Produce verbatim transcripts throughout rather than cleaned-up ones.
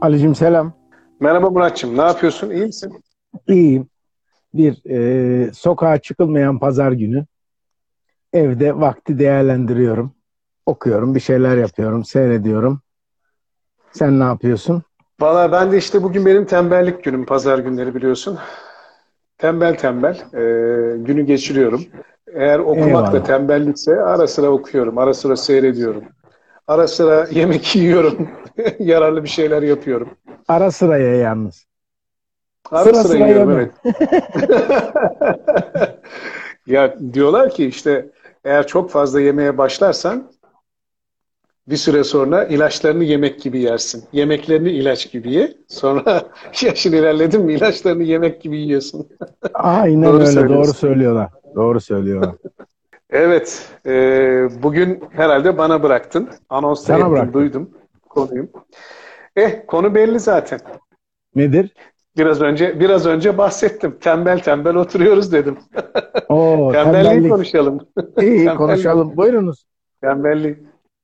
Alicim selam. Merhaba Muratçım, ne yapıyorsun? İyi misin? İyiyim. Bir e, sokağa çıkılmayan pazar günü evde vakti değerlendiriyorum. Okuyorum, bir şeyler yapıyorum, seyrediyorum. Sen ne yapıyorsun? Valla ben de işte bugün benim tembellik günüm, pazar günleri biliyorsun. Tembel tembel e, günü geçiriyorum. Eğer okumak da Eyvallah. tembellikse ara sıra okuyorum, ara sıra seyrediyorum. Ara sıra yemek yiyorum, yararlı bir şeyler yapıyorum. Ara sıraya yalnız. Ara Sıra sıra sıra yiyorum, yeme. evet. Ya diyorlar ki işte eğer çok fazla yemeye başlarsan bir süre sonra ilaçlarını yemek gibi yersin. Yemeklerini ilaç gibi ye. Sonra yaşın ilerledin mi ilaçlarını yemek gibi yiyorsun. Aynen Doğru öyle. Doğru söylüyorsun. söylüyorlar. Doğru söylüyorlar. Evet, e, bugün herhalde bana bıraktın. Anons da Sana ettin, bıraktım. duydum konuyu. Eh, konu belli zaten. Nedir? Biraz önce biraz önce bahsettim. Tembel tembel oturuyoruz dedim. Oo, Tembelliği tembellik. konuşalım. İyi Tembellik. konuşalım. Buyurunuz. Tembellik.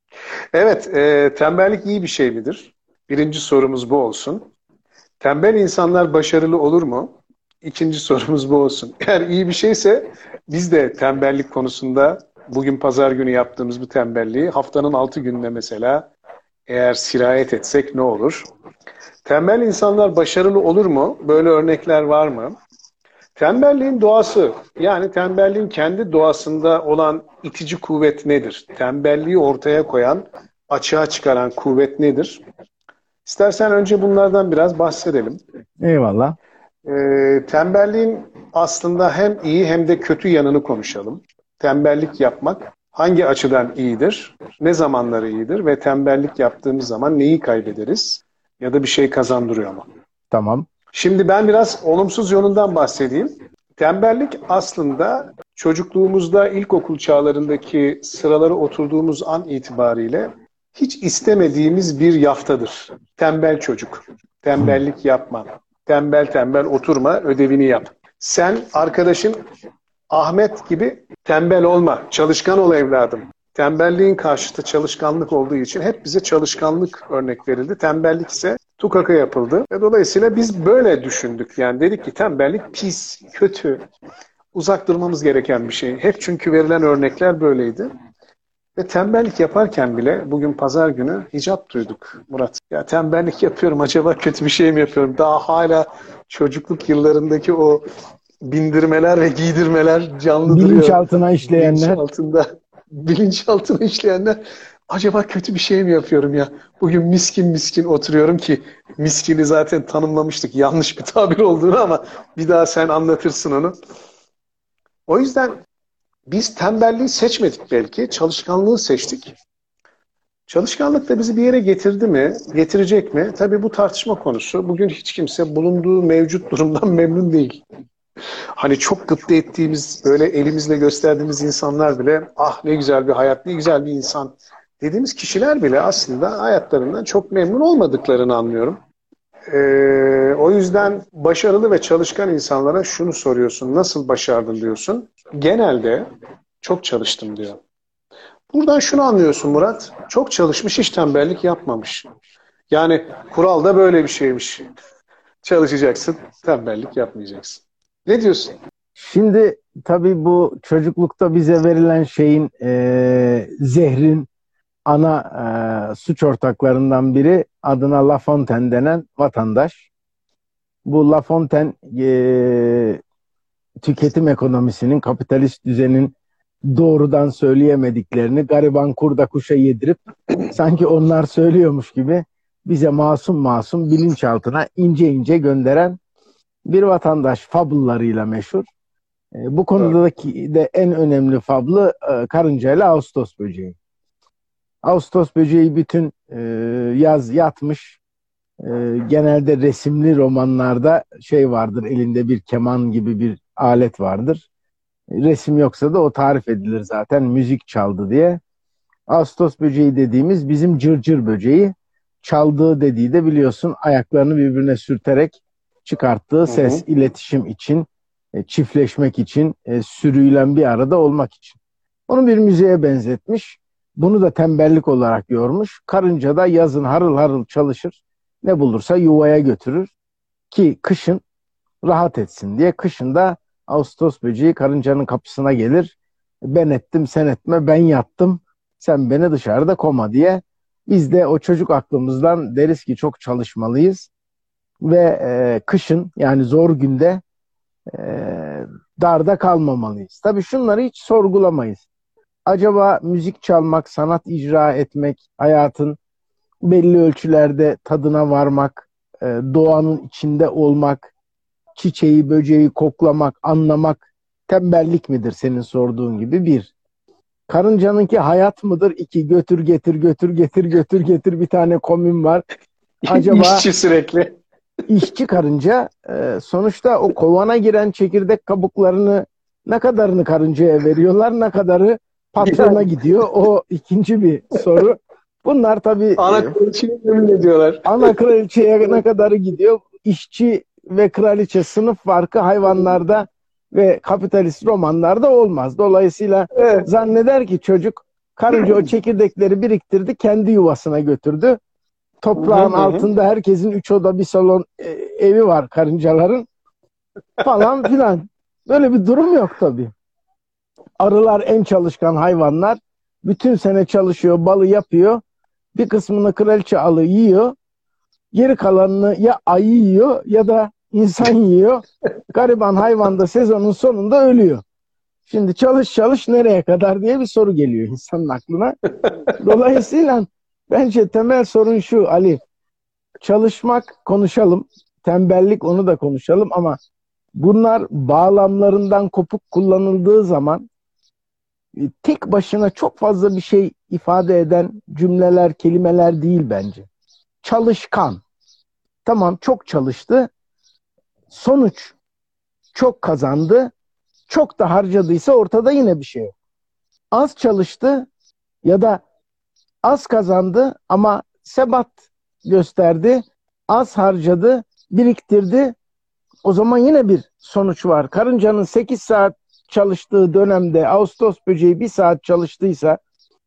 Evet, e, tembellik iyi bir şey midir? Birinci sorumuz bu olsun. Tembel insanlar başarılı olur mu? İkinci sorumuz bu olsun. Eğer iyi bir şeyse biz de tembellik konusunda bugün pazar günü yaptığımız bu tembelliği haftanın altı gününe mesela eğer sirayet etsek ne olur? Tembel insanlar başarılı olur mu? Böyle örnekler var mı? Tembelliğin doğası, yani tembelliğin kendi doğasında olan itici kuvvet nedir? Tembelliği ortaya koyan, açığa çıkaran kuvvet nedir? İstersen önce bunlardan biraz bahsedelim. Eyvallah. Ee, tembelliğin aslında hem iyi hem de kötü yanını konuşalım. Tembellik yapmak hangi açıdan iyidir? Ne zamanları iyidir? Ve tembellik yaptığımız zaman neyi kaybederiz? Ya da bir şey kazandırıyor mu? Tamam. Şimdi ben biraz olumsuz yönünden bahsedeyim. Tembellik aslında çocukluğumuzda ilkokul çağlarındaki sıraları oturduğumuz an itibariyle hiç istemediğimiz bir yaftadır. Tembel çocuk, tembellik yapma, tembel tembel oturma, ödevini yap. Sen arkadaşın Ahmet gibi tembel olma, çalışkan ol evladım. Tembelliğin karşıtı çalışkanlık olduğu için hep bize çalışkanlık örnek verildi. Tembellik ise tukaka yapıldı. Ve dolayısıyla biz böyle düşündük. Yani dedik ki tembellik pis, kötü, uzak durmamız gereken bir şey. Hep çünkü verilen örnekler böyleydi. Ve tembellik yaparken bile bugün pazar günü hicap duyduk Murat. Ya tembellik yapıyorum, acaba kötü bir şey mi yapıyorum? Daha hala çocukluk yıllarındaki o bindirmeler ve giydirmeler canlı duruyor. Bilinçaltına Bilinç işleyenler. altında, bilinç altına işleyenler. Acaba kötü bir şey mi yapıyorum ya? Bugün miskin miskin oturuyorum ki miskini zaten tanımlamıştık. Yanlış bir tabir olduğunu ama bir daha sen anlatırsın onu. O yüzden biz tembelliği seçmedik belki, çalışkanlığı seçtik. Çalışkanlık da bizi bir yere getirdi mi, getirecek mi? Tabii bu tartışma konusu. Bugün hiç kimse bulunduğu mevcut durumdan memnun değil. Hani çok gıpta ettiğimiz, böyle elimizle gösterdiğimiz insanlar bile ah ne güzel bir hayat, ne güzel bir insan dediğimiz kişiler bile aslında hayatlarından çok memnun olmadıklarını anlıyorum. Ee, o yüzden başarılı ve çalışkan insanlara şunu soruyorsun, nasıl başardın diyorsun. Genelde çok çalıştım diyor. Buradan şunu anlıyorsun Murat, çok çalışmış hiç tembellik yapmamış. Yani kural da böyle bir şeymiş. Çalışacaksın, tembellik yapmayacaksın. Ne diyorsun? Şimdi tabii bu çocuklukta bize verilen şeyin e, zehrin ana e, suç ortaklarından biri adına La Fontaine denen vatandaş. Bu La Fontaine e, tüketim ekonomisinin, kapitalist düzenin doğrudan söyleyemediklerini gariban kurda kuşa yedirip sanki onlar söylüyormuş gibi bize masum masum bilinçaltına ince ince gönderen bir vatandaş fabullarıyla meşhur. E, bu Doğru. konudaki de en önemli fablı e, karınca ile Ağustos böceği. Ağustos böceği bütün e, yaz yatmış. E, genelde resimli romanlarda şey vardır, elinde bir keman gibi bir alet vardır. Resim yoksa da o tarif edilir zaten müzik çaldı diye. Ağustos böceği dediğimiz bizim cırcır böceği. Çaldığı dediği de biliyorsun ayaklarını birbirine sürterek çıkarttığı Hı ses, hı. iletişim için, e, çiftleşmek için, e, sürüyle bir arada olmak için. Onu bir müziğe benzetmiş. Bunu da tembellik olarak yormuş. Karınca da yazın harıl harıl çalışır. Ne bulursa yuvaya götürür ki kışın rahat etsin diye. Kışın da Ağustos böceği karıncanın kapısına gelir. Ben ettim sen etme, ben yattım sen beni dışarıda koma diye. Biz de o çocuk aklımızdan deriz ki çok çalışmalıyız ve e, kışın yani zor günde e, darda kalmamalıyız. Tabii şunları hiç sorgulamayız. Acaba müzik çalmak, sanat icra etmek, hayatın belli ölçülerde tadına varmak, e, doğanın içinde olmak, çiçeği, böceği koklamak, anlamak tembellik midir senin sorduğun gibi? Bir. Karıncanınki hayat mıdır? İki. Götür getir götür getir götür getir bir tane komün var. Acaba İşçi sürekli. işçi karınca e, sonuçta o kovana giren çekirdek kabuklarını ne kadarını karıncaya veriyorlar, ne kadarı patrona gidiyor. O ikinci bir soru. Bunlar tabii Ana e, kraliçeyi yemin ediyorlar. ana kraliçeye ne kadarı gidiyor? İşçi ve kraliçe sınıf farkı hayvanlarda ve kapitalist romanlarda olmaz. Dolayısıyla Evet. zanneder ki çocuk karınca o çekirdekleri biriktirdi, kendi yuvasına götürdü. Toprağın Hı hı hı. altında herkesin üç oda bir salon e, evi var karıncaların falan filan. Böyle bir durum yok tabii. Arılar en çalışkan hayvanlar. Bütün sene çalışıyor, balı yapıyor. Bir kısmını kraliçe alı yiyor. Geri kalanını ya ayı yiyor ya da insan yiyor. Gariban hayvan da sezonun sonunda ölüyor. Şimdi çalış çalış nereye kadar diye bir soru geliyor insanın aklına. Dolayısıyla bence temel sorun şu Ali. Çalışmak konuşalım. Tembellik onu da konuşalım ama bunlar bağlamlarından kopuk kullanıldığı zaman e, tek başına çok fazla bir şey ifade eden cümleler, kelimeler değil bence. Çalışkan. Tamam çok çalıştı. Sonuç çok kazandı. Çok da harcadıysa ortada yine bir şey yok. Az çalıştı ya da az kazandı ama sebat gösterdi. Az harcadı, biriktirdi. O zaman yine bir sonuç var. Karıncanın sekiz saat çalıştığı dönemde Ağustos böceği bir saat çalıştıysa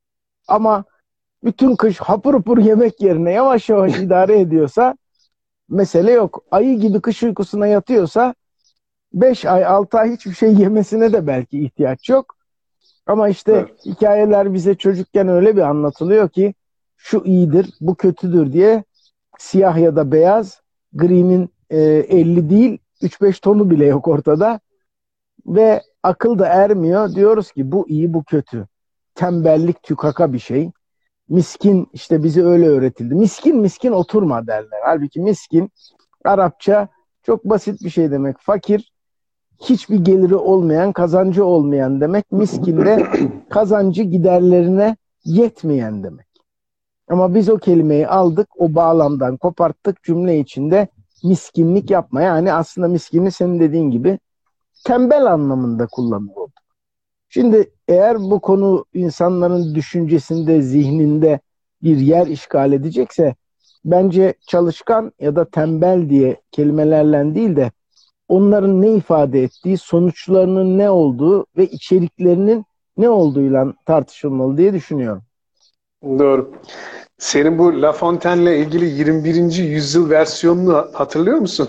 ama bütün kış hapur hapur yemek yerine yavaş yavaş idare ediyorsa mesele yok. Ayı gibi kış uykusuna yatıyorsa beş ay altı ay hiçbir şey yemesine de belki ihtiyaç yok. Ama işte Evet. hikayeler bize çocukken öyle bir anlatılıyor ki şu iyidir, bu kötüdür diye siyah ya da beyaz, gri'nin e, elli değil üç beş tonu bile yok ortada ve akıl da ermiyor. Diyoruz ki bu iyi, bu kötü. Tembellik tükaka bir şey. Miskin işte bize öyle öğretildi. Miskin miskin oturma derler. Halbuki miskin Arapça çok basit bir şey demek. Fakir hiçbir geliri olmayan, kazancı olmayan demek. Miskin de kazancı giderlerine yetmeyen demek. Ama biz o kelimeyi aldık, o bağlamdan koparttık, cümle içinde miskinlik yapma. Yani aslında miskinlik senin dediğin gibi tembel anlamında kullanılıyor. Şimdi eğer bu konu insanların düşüncesinde, zihninde bir yer işgal edecekse bence çalışkan ya da tembel diye kelimelerle değil de onların ne ifade ettiği, sonuçlarının ne olduğu ve içeriklerinin ne olduğuyla tartışılmalı diye düşünüyorum. Doğru. Senin bu La Fontaine'le ilgili yirmi birinci yüzyıl versiyonunu hatırlıyor musun?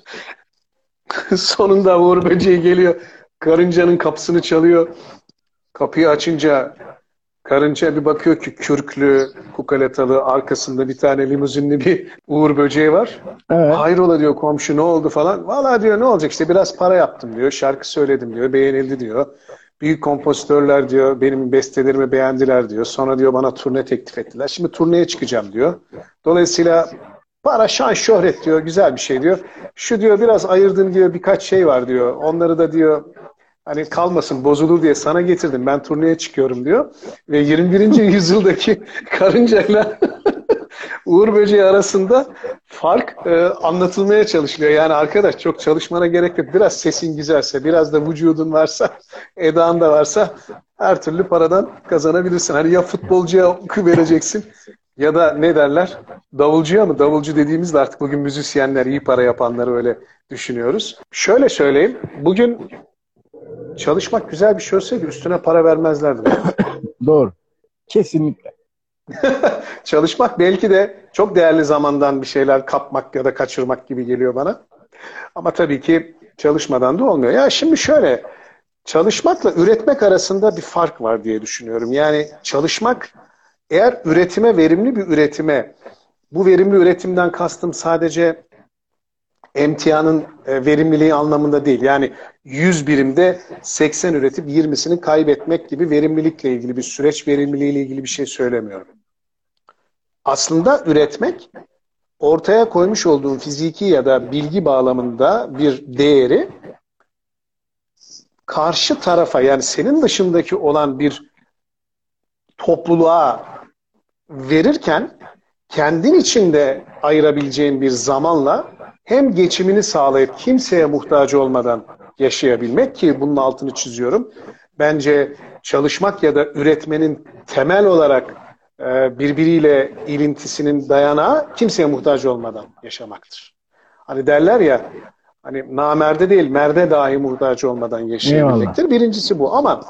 Sonunda Uğur Böceği geliyor. Karıncanın kapısını çalıyor. Kapıyı açınca karınca bir bakıyor ki kürklü, kukaletalı, arkasında bir tane limuzinli bir Uğur Böceği var. Evet. Hayrola diyor komşu, ne oldu falan. Valla diyor ne olacak işte biraz para yaptım diyor. Şarkı söyledim diyor. Beğenildi diyor. Büyük kompozitörler diyor benim bestelerimi beğendiler diyor. Sonra diyor bana turne teklif ettiler. Şimdi turneye çıkacağım diyor. Dolayısıyla para, şan, şöhret diyor. Güzel bir şey diyor. Şu diyor biraz ayırdığım diyor birkaç şey var diyor. Onları da diyor hani kalmasın bozulur diye sana getirdim. Ben turneye çıkıyorum diyor. Ve yirmi birinci yüzyıldaki karıncayla Uğur Böceği arasında fark e, anlatılmaya çalışılıyor. Yani arkadaş çok çalışmana gerek yok. Biraz sesin güzelse, biraz da vücudun varsa, edan da varsa her türlü paradan kazanabilirsin. Hani ya futbolcuya vereceksin ya da ne derler? Davulcuya mı? Davulcu dediğimizde artık bugün müzisyenler, iyi para yapanları öyle düşünüyoruz. Şöyle söyleyeyim. Bugün çalışmak güzel bir şey olsaydı üstüne para vermezlerdi. Doğru. Kesinlikle. Çalışmak belki de çok değerli zamandan bir şeyler kapmak ya da kaçırmak gibi geliyor bana. Ama tabii ki çalışmadan da olmuyor. Ya şimdi şöyle, çalışmakla üretmek arasında bir fark var diye düşünüyorum. Yani çalışmak, eğer üretime, verimli bir üretime, bu verimli üretimden kastım sadece emtianın e, verimliliği anlamında değil. Yani yüz birimde seksen üretip yirmisini kaybetmek gibi verimlilikle ilgili bir süreç, verimliliğiyle ilgili bir şey söylemiyorum. Aslında üretmek, ortaya koymuş olduğun fiziki ya da bilgi bağlamında bir değeri karşı tarafa, yani senin dışındaki olan bir topluluğa verirken kendin içinde ayırabileceğin bir zamanla hem geçimini sağlayıp kimseye muhtaç olmadan yaşayabilmek, ki bunun altını çiziyorum. Bence çalışmak ya da üretmenin temel olarak e, birbiriyle ilintisinin dayanağı kimseye muhtaç olmadan yaşamaktır. Hani derler ya, hani namerde değil merde dahi muhtaç olmadan Eyvallah. yaşayabilmektir. Birincisi bu, ama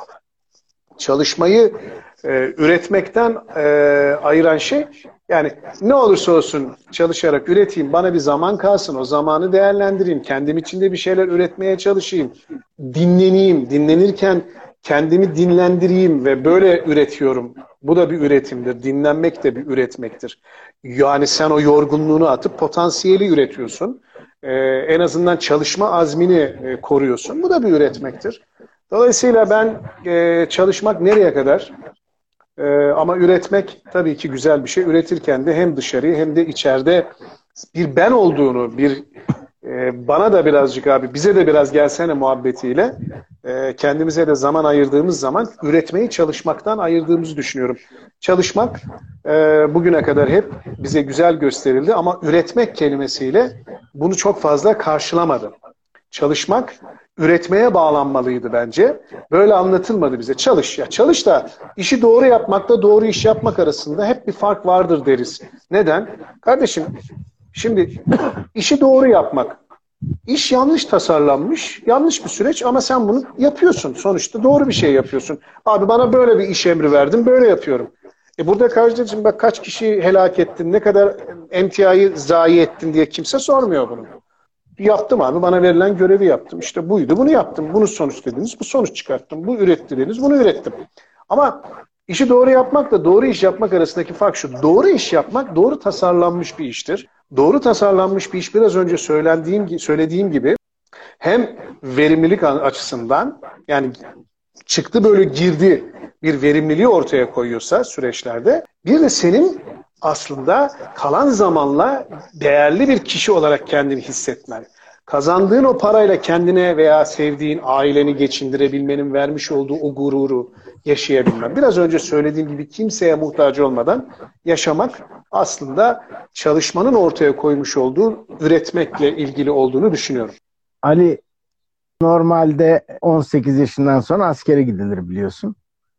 çalışmayı e, üretmekten e, ayıran şey, yani ne olursa olsun çalışarak üreteyim, bana bir zaman kalsın, o zamanı değerlendireyim, kendim içinde bir şeyler üretmeye çalışayım, dinleneyim, dinlenirken kendimi dinlendireyim ve böyle üretiyorum. Bu da bir üretimdir. Dinlenmek de bir üretmektir. Yani sen o yorgunluğunu atıp potansiyeli üretiyorsun. Ee, en azından çalışma azmini e, koruyorsun. Bu da bir üretmektir. Dolayısıyla ben e, çalışmak nereye kadar? E, ama üretmek tabii ki güzel bir şey. Üretirken de hem dışarıya hem de içeride bir ben olduğunu, bir e, bana da birazcık abi, bize de biraz gelsene muhabbetiyle e, kendimize de zaman ayırdığımız zaman üretmeyi çalışmaktan ayırdığımızı düşünüyorum. Çalışmak e, bugüne kadar hep bize güzel gösterildi, ama üretmek kelimesiyle bunu çok fazla karşılamadım. Çalışmak üretmeye bağlanmalıydı bence. Böyle anlatılmadı bize. Çalış. Ya çalış da işi doğru yapmakla doğru iş yapmak arasında hep bir fark vardır deriz. Neden? Kardeşim, şimdi işi doğru yapmak. İş yanlış tasarlanmış, yanlış bir süreç, ama sen bunu yapıyorsun. Sonuçta doğru bir şey yapıyorsun. Abi bana böyle bir iş emri verdin, böyle yapıyorum. E burada kardeşim bak, kaç kişi helak ettin, ne kadar emtiayı zayi ettin diye kimse sormuyor bunu. Yaptım abi, bana verilen görevi yaptım. İşte buydu, bunu yaptım. Bunu sonuç dediniz, bu sonuç çıkarttım. Bu üretti dediniz, bunu ürettim. Ama işi doğru yapmakla doğru iş yapmak arasındaki fark şu: doğru iş yapmak doğru tasarlanmış bir iştir. Doğru tasarlanmış bir iş, biraz önce söylendiğim, söylediğim gibi, hem verimlilik açısından, yani çıktı böyle girdi bir verimliliği ortaya koyuyorsa süreçlerde, bir de senin aslında kalan zamanla değerli bir kişi olarak kendini hissetmen. Kazandığın o parayla kendine veya sevdiğin aileni geçindirebilmenin vermiş olduğu o gururu yaşayabilmen. Biraz önce söylediğim gibi kimseye muhtaç olmadan yaşamak aslında çalışmanın ortaya koymuş olduğu üretmekle ilgili olduğunu düşünüyorum. Ali, normalde on sekiz yaşından sonra askere gidilir biliyorsun.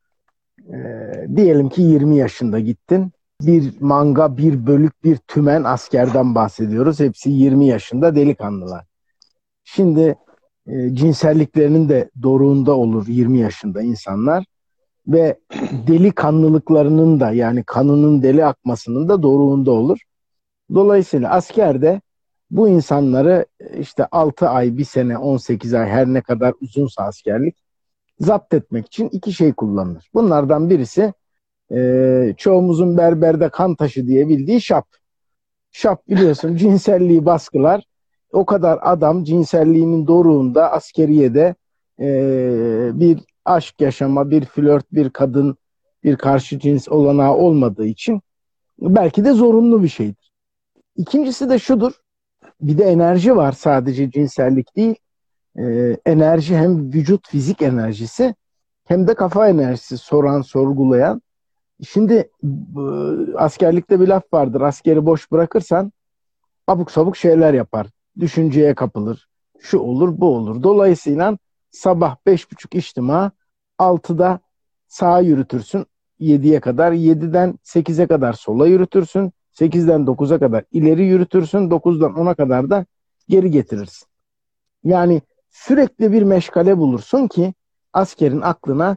Ee, diyelim ki yirmi yaşında gittin. Bir manga, bir bölük, bir tümen askerden bahsediyoruz. Hepsi yirmi yaşında delikanlılar. Şimdi e, cinselliklerinin de doruğunda olur yirmi yaşında insanlar. Ve delikanlılıklarının da, yani kanının deli akmasının da doruğunda olur. Dolayısıyla askerde bu insanları işte altı ay, bir sene, on sekiz ay, her ne kadar uzunsa askerlik, zapt etmek için iki şey kullanılır. Bunlardan birisi e, çoğumuzun berberde kan taşı diye bildiği şap. Şap biliyorsun cinselliği baskılar. O kadar adam cinselliğinin doruğunda askeriyede e, bir aşk yaşama, bir flört, bir kadın, bir karşı cins olanağı olmadığı için belki de zorunlu bir şeydir. İkincisi de şudur: bir de enerji var, sadece cinsellik değil. Ee, enerji, hem vücut fizik enerjisi hem de kafa enerjisi, soran, sorgulayan. Şimdi bu, askerlikte bir laf vardır: askeri boş bırakırsan abuk sabuk şeyler yapar. Düşünceye kapılır. Şu olur, bu olur. Dolayısıyla sabah beş buçuk içtima, altıda sağa yürütürsün yediye kadar, yediden sekize kadar sola yürütürsün, sekizden dokuza kadar ileri yürütürsün, dokuzdan ona kadar da geri getirirsin. Yani sürekli bir meşgale bulursun ki askerin aklına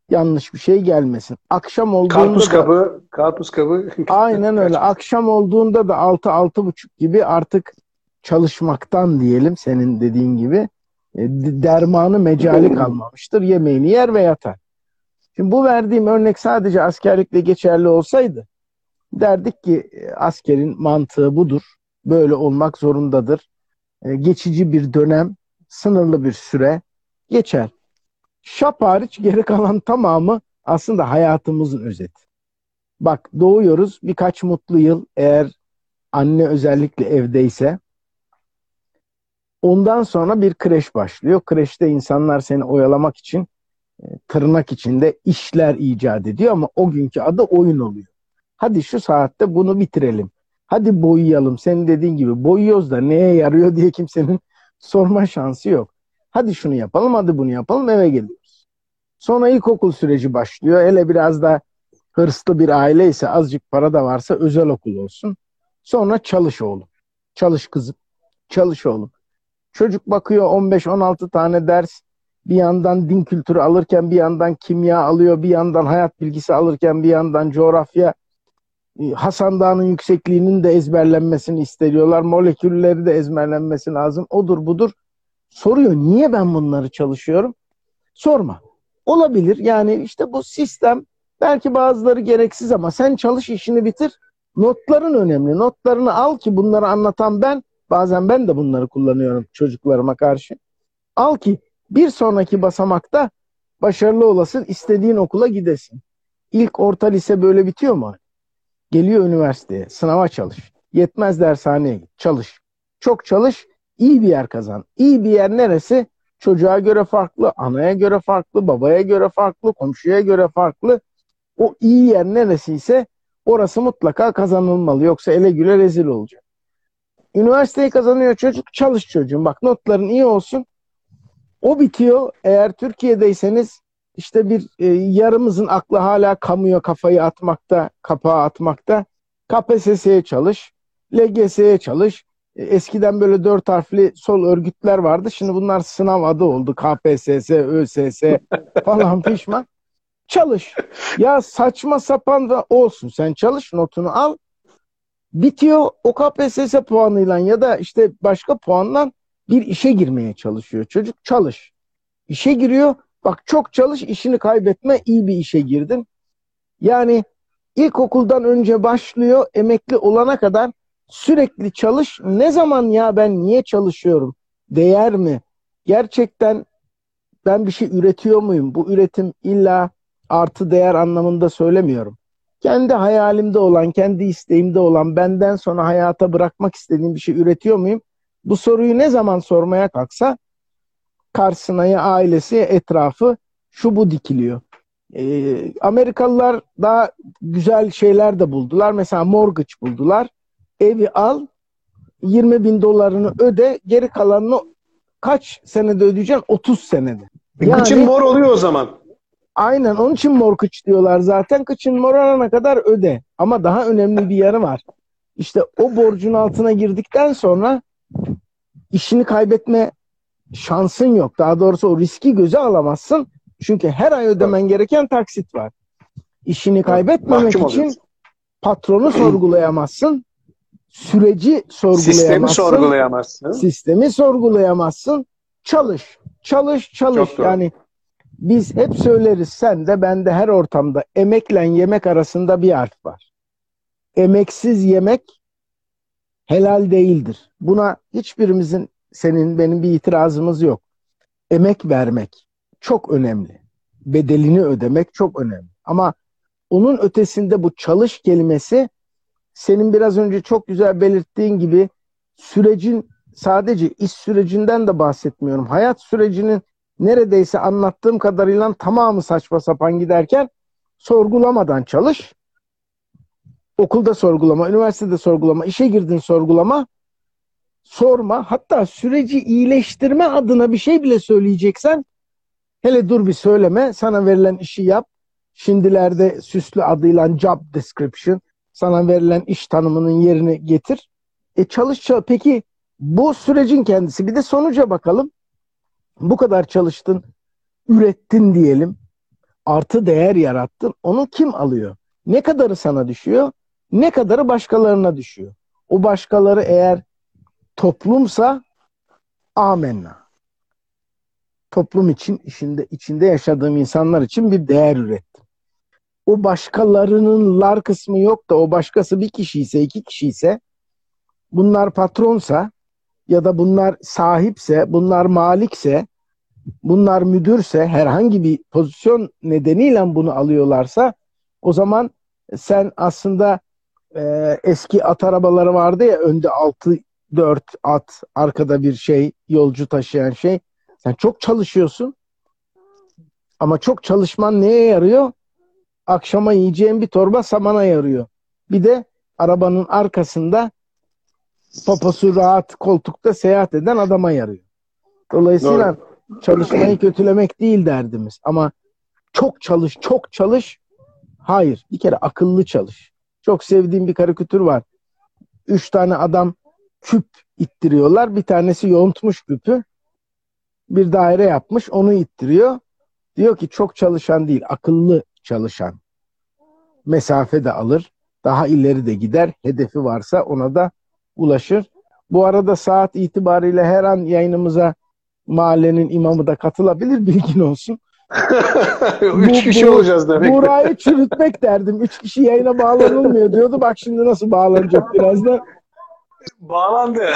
yanlış bir şey gelmesin. Akşam olduğunda Karpuz da kabı, karpuz kabı. aynen öyle. Akşam olduğunda da altı altı buçuk gibi artık çalışmaktan diyelim senin dediğin gibi e, d- dermanı mecali kalmamıştır. Yemeğini yer ve yatar. Şimdi bu verdiğim örnek sadece askerlikle geçerli olsaydı derdik ki e, askerin mantığı budur. Böyle olmak zorundadır. E, geçici bir dönem, sınırlı bir süre geçer. Şap hariç geri kalan tamamı aslında hayatımızın özeti. Bak doğuyoruz birkaç mutlu yıl eğer anne özellikle evdeyse ondan sonra bir kreş başlıyor. Kreşte insanlar seni oyalamak için e, tırnak içinde işler icat ediyor ama o günkü adı oyun oluyor. Hadi şu saatte bunu bitirelim. Hadi boyayalım. Senin dediğin gibi boyuyoruz da neye yarıyor diye kimsenin sorma şansı yok. Hadi şunu yapalım, hadi bunu yapalım, eve geliyoruz. Sonra ilkokul süreci başlıyor. Hele biraz da hırslı bir aile ise azıcık para da varsa özel okul olsun. Sonra çalış oğlum. Çalış kızım. Çalış oğlum. Çocuk bakıyor on beş on altı tane ders. Bir yandan din kültürü alırken bir yandan kimya alıyor. Bir yandan hayat bilgisi alırken bir yandan coğrafya. Hasan Dağı'nın yüksekliğinin de ezberlenmesini istiyorlar. Molekülleri de ezberlenmesi lazım. Odur budur. Soruyor niye ben bunları çalışıyorum? Sorma. Olabilir. Yani işte bu sistem belki bazıları gereksiz ama sen çalış işini bitir. Notların önemli. Notlarını al ki bunları anlatan ben. Bazen ben de bunları kullanıyorum çocuklarıma karşı. Al ki bir sonraki basamakta başarılı olasın, istediğin okula gidesin. İlk orta lise böyle bitiyor mu? Geliyor üniversiteye, sınava çalış. Yetmez dershaneye git, çalış. Çok çalış, iyi bir yer kazan. İyi bir yer neresi? Çocuğa göre farklı, anaya göre farklı, babaya göre farklı, komşuya göre farklı. O iyi yer neresiyse orası mutlaka kazanılmalı. Yoksa ele güle rezil olacak. Üniversiteyi kazanıyor çocuk, çalış çocuğum. Bak notların iyi olsun. O bitiyor. Eğer Türkiye'deyseniz işte bir e, yarımızın aklı hala kamuya kafayı atmakta, kapağı atmakta. K P S S'ye çalış, L G S'ye çalış. E, eskiden böyle dört harfli sol örgütler vardı. Şimdi bunlar sınav adı oldu. K P S S, Ö S S falan pişman. Çalış. Ya saçma sapan da olsun. Sen çalış, notunu al. Bitiyor o K P S S puanıyla ya da işte başka puanla bir işe girmeye çalışıyor. Çocuk çalış. İşe giriyor. Bak çok çalış, işini kaybetme, iyi bir işe girdin. Yani ilkokuldan önce başlıyor, emekli olana kadar sürekli çalış. Ne zaman ya ben niye çalışıyorum? Değer mi? Gerçekten ben bir şey üretiyor muyum? Bu üretim illa artı değer anlamında söylemiyorum. Kendi hayalimde olan, kendi isteğimde olan, benden sonra hayata bırakmak istediğim bir şey üretiyor muyum? Bu soruyu ne zaman sormaya kalksa karşısına ya ailesi ya etrafı şu bu dikiliyor. Ee, Amerikalılar daha güzel şeyler de buldular. Mesela mortgage buldular. Evi al, yirmi bin dolarını öde, geri kalanını kaç senede ödeyeceksin? otuz senede. E, Kıçın Yani mor oluyor o zaman. aynen onun için mortgage diyorlar zaten. Kıçın morarana kadar öde. Ama daha önemli bir yanı var. İşte o borcun altına girdikten sonra işini kaybetme şansın yok. Daha doğrusu o riski göze alamazsın. Çünkü her ay ödemen gereken taksit var. İşini kaybetmemek Mahkum için oluyorsun. patronu sorgulayamazsın. Süreci Sistemi sorgulayamazsın. sorgulayamazsın. Sistemi sorgulayamazsın. Çalış. Çalış, çalış. Çok doğru. Yani biz hep söyleriz, sen de ben de her ortamda emekle yemek arasında bir harf var. Emeksiz yemek helal değildir. Buna hiçbirimizin, senin benim bir itirazımız yok. Emek vermek çok önemli. Bedelini ödemek çok önemli. Ama onun ötesinde bu çalış kelimesi senin biraz önce çok güzel belirttiğin gibi sürecin, sadece iş sürecinden de bahsetmiyorum. Hayat sürecinin neredeyse anlattığım kadarıyla tamamı saçma sapan giderken sorgulamadan çalış. Okulda sorgulama, üniversitede sorgulama, işe girdin sorgulama, sorma. Hatta süreci iyileştirme adına bir şey bile söyleyeceksen hele dur bir söyleme, sana verilen işi yap. Şimdilerde süslü adıyla job description, sana verilen iş tanımının yerini getir. E çalış çalış. Peki bu sürecin kendisi. Bir de sonuca bakalım. Bu kadar çalıştın, ürettin diyelim. artı değer yarattın. Onu kim alıyor? Ne kadarı sana düşüyor? Ne kadarı başkalarına düşüyor? O başkaları eğer toplumsa amenna. Toplum için, içinde, içinde yaşadığım insanlar için bir değer ürettim. O başkalarının lar kısmı yok da o başkası bir kişi ise, iki kişi ise, bunlar patronsa ya da bunlar sahipse, bunlar malikse, bunlar müdürse, herhangi bir pozisyon nedeniyle bunu alıyorlarsa, o zaman sen aslında e, eski at arabaları vardı ya, önde altı dört at, arkada bir şey, yolcu taşıyan şey. Sen çok çalışıyorsun ama çok çalışman neye yarıyor? Akşama yiyeceğin bir torba samana yarıyor. Bir de arabanın arkasında poposu rahat koltukta seyahat eden adama yarıyor. Dolayısıyla Doğru. çalışmayı kötülemek değil derdimiz. Ama çok çalış, çok çalış. Hayır. Bir kere akıllı çalış. Çok sevdiğim bir karikatür var. Üç tane adam küp ittiriyorlar. Bir tanesi yontmuş küpü. Bir daire yapmış. Onu ittiriyor. Diyor ki çok çalışan değil, akıllı çalışan. Mesafe de alır. Daha ileri de gider. Hedefi varsa ona da ulaşır. Bu arada saat itibariyle her an yayınımıza mahallenin imamı da katılabilir, bilgin olsun. Üç kişi bu, olacağız demek. Burayı çürütmek derdim. Üç kişi yayına bağlanılmıyor diyordu. Bak şimdi nasıl bağlanacak birazdan. Bağlandı.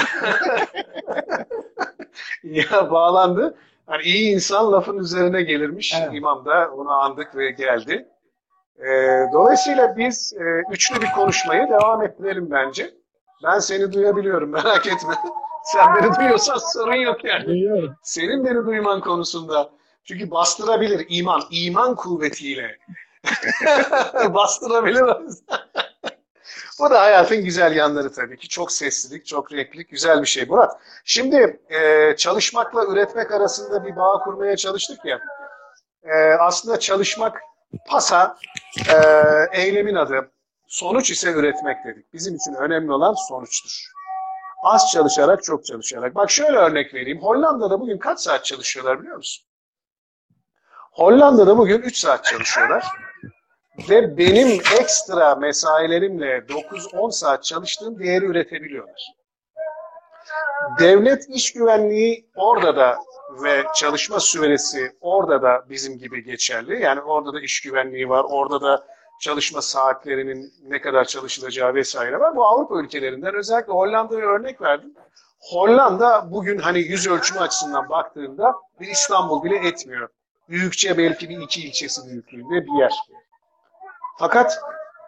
Ya bağlandı. Hani iyi insan lafın üzerine gelirmiş. Evet. İmam da onu andık ve geldi. Ee, dolayısıyla biz e, üçlü bir konuşmayı devam ettirelim bence. Ben seni duyabiliyorum, merak etme. Sen beni duyuyorsan sorun yok yani. Duyuyorum. Senin beni duyman konusunda. Çünkü bastırabilir iman. İman kuvvetiyle. Bastırabilir o yüzden. Bu da hayatın güzel yanları tabii ki. Çok seslilik, çok renklilik, güzel bir şey Murat. Şimdi e, çalışmakla üretmek arasında bir bağ kurmaya çalıştık ya. E, aslında çalışmak pasa, e, eylemin adı. Sonuç ise üretmek dedik. Bizim için önemli olan sonuçtur. Az çalışarak, çok çalışarak. Bak şöyle örnek vereyim. Hollanda'da bugün kaç saat çalışıyorlar biliyor musun? Hollanda'da bugün üç saat çalışıyorlar. Ve benim ekstra mesailerimle dokuz on saat çalıştığım değeri üretebiliyorlar. Devlet iş güvenliği orada da ve çalışma süresi orada da bizim gibi geçerli. Yani orada da iş güvenliği var, orada da çalışma saatlerinin ne kadar çalışılacağı vesaire var. Bu Avrupa ülkelerinden özellikle Hollanda'ya örnek verdim. Hollanda bugün hani yüz ölçümü açısından baktığında bir İstanbul bile etmiyor. Büyükçe belki bir iki ilçesi büyüklüğünde bir yer. Fakat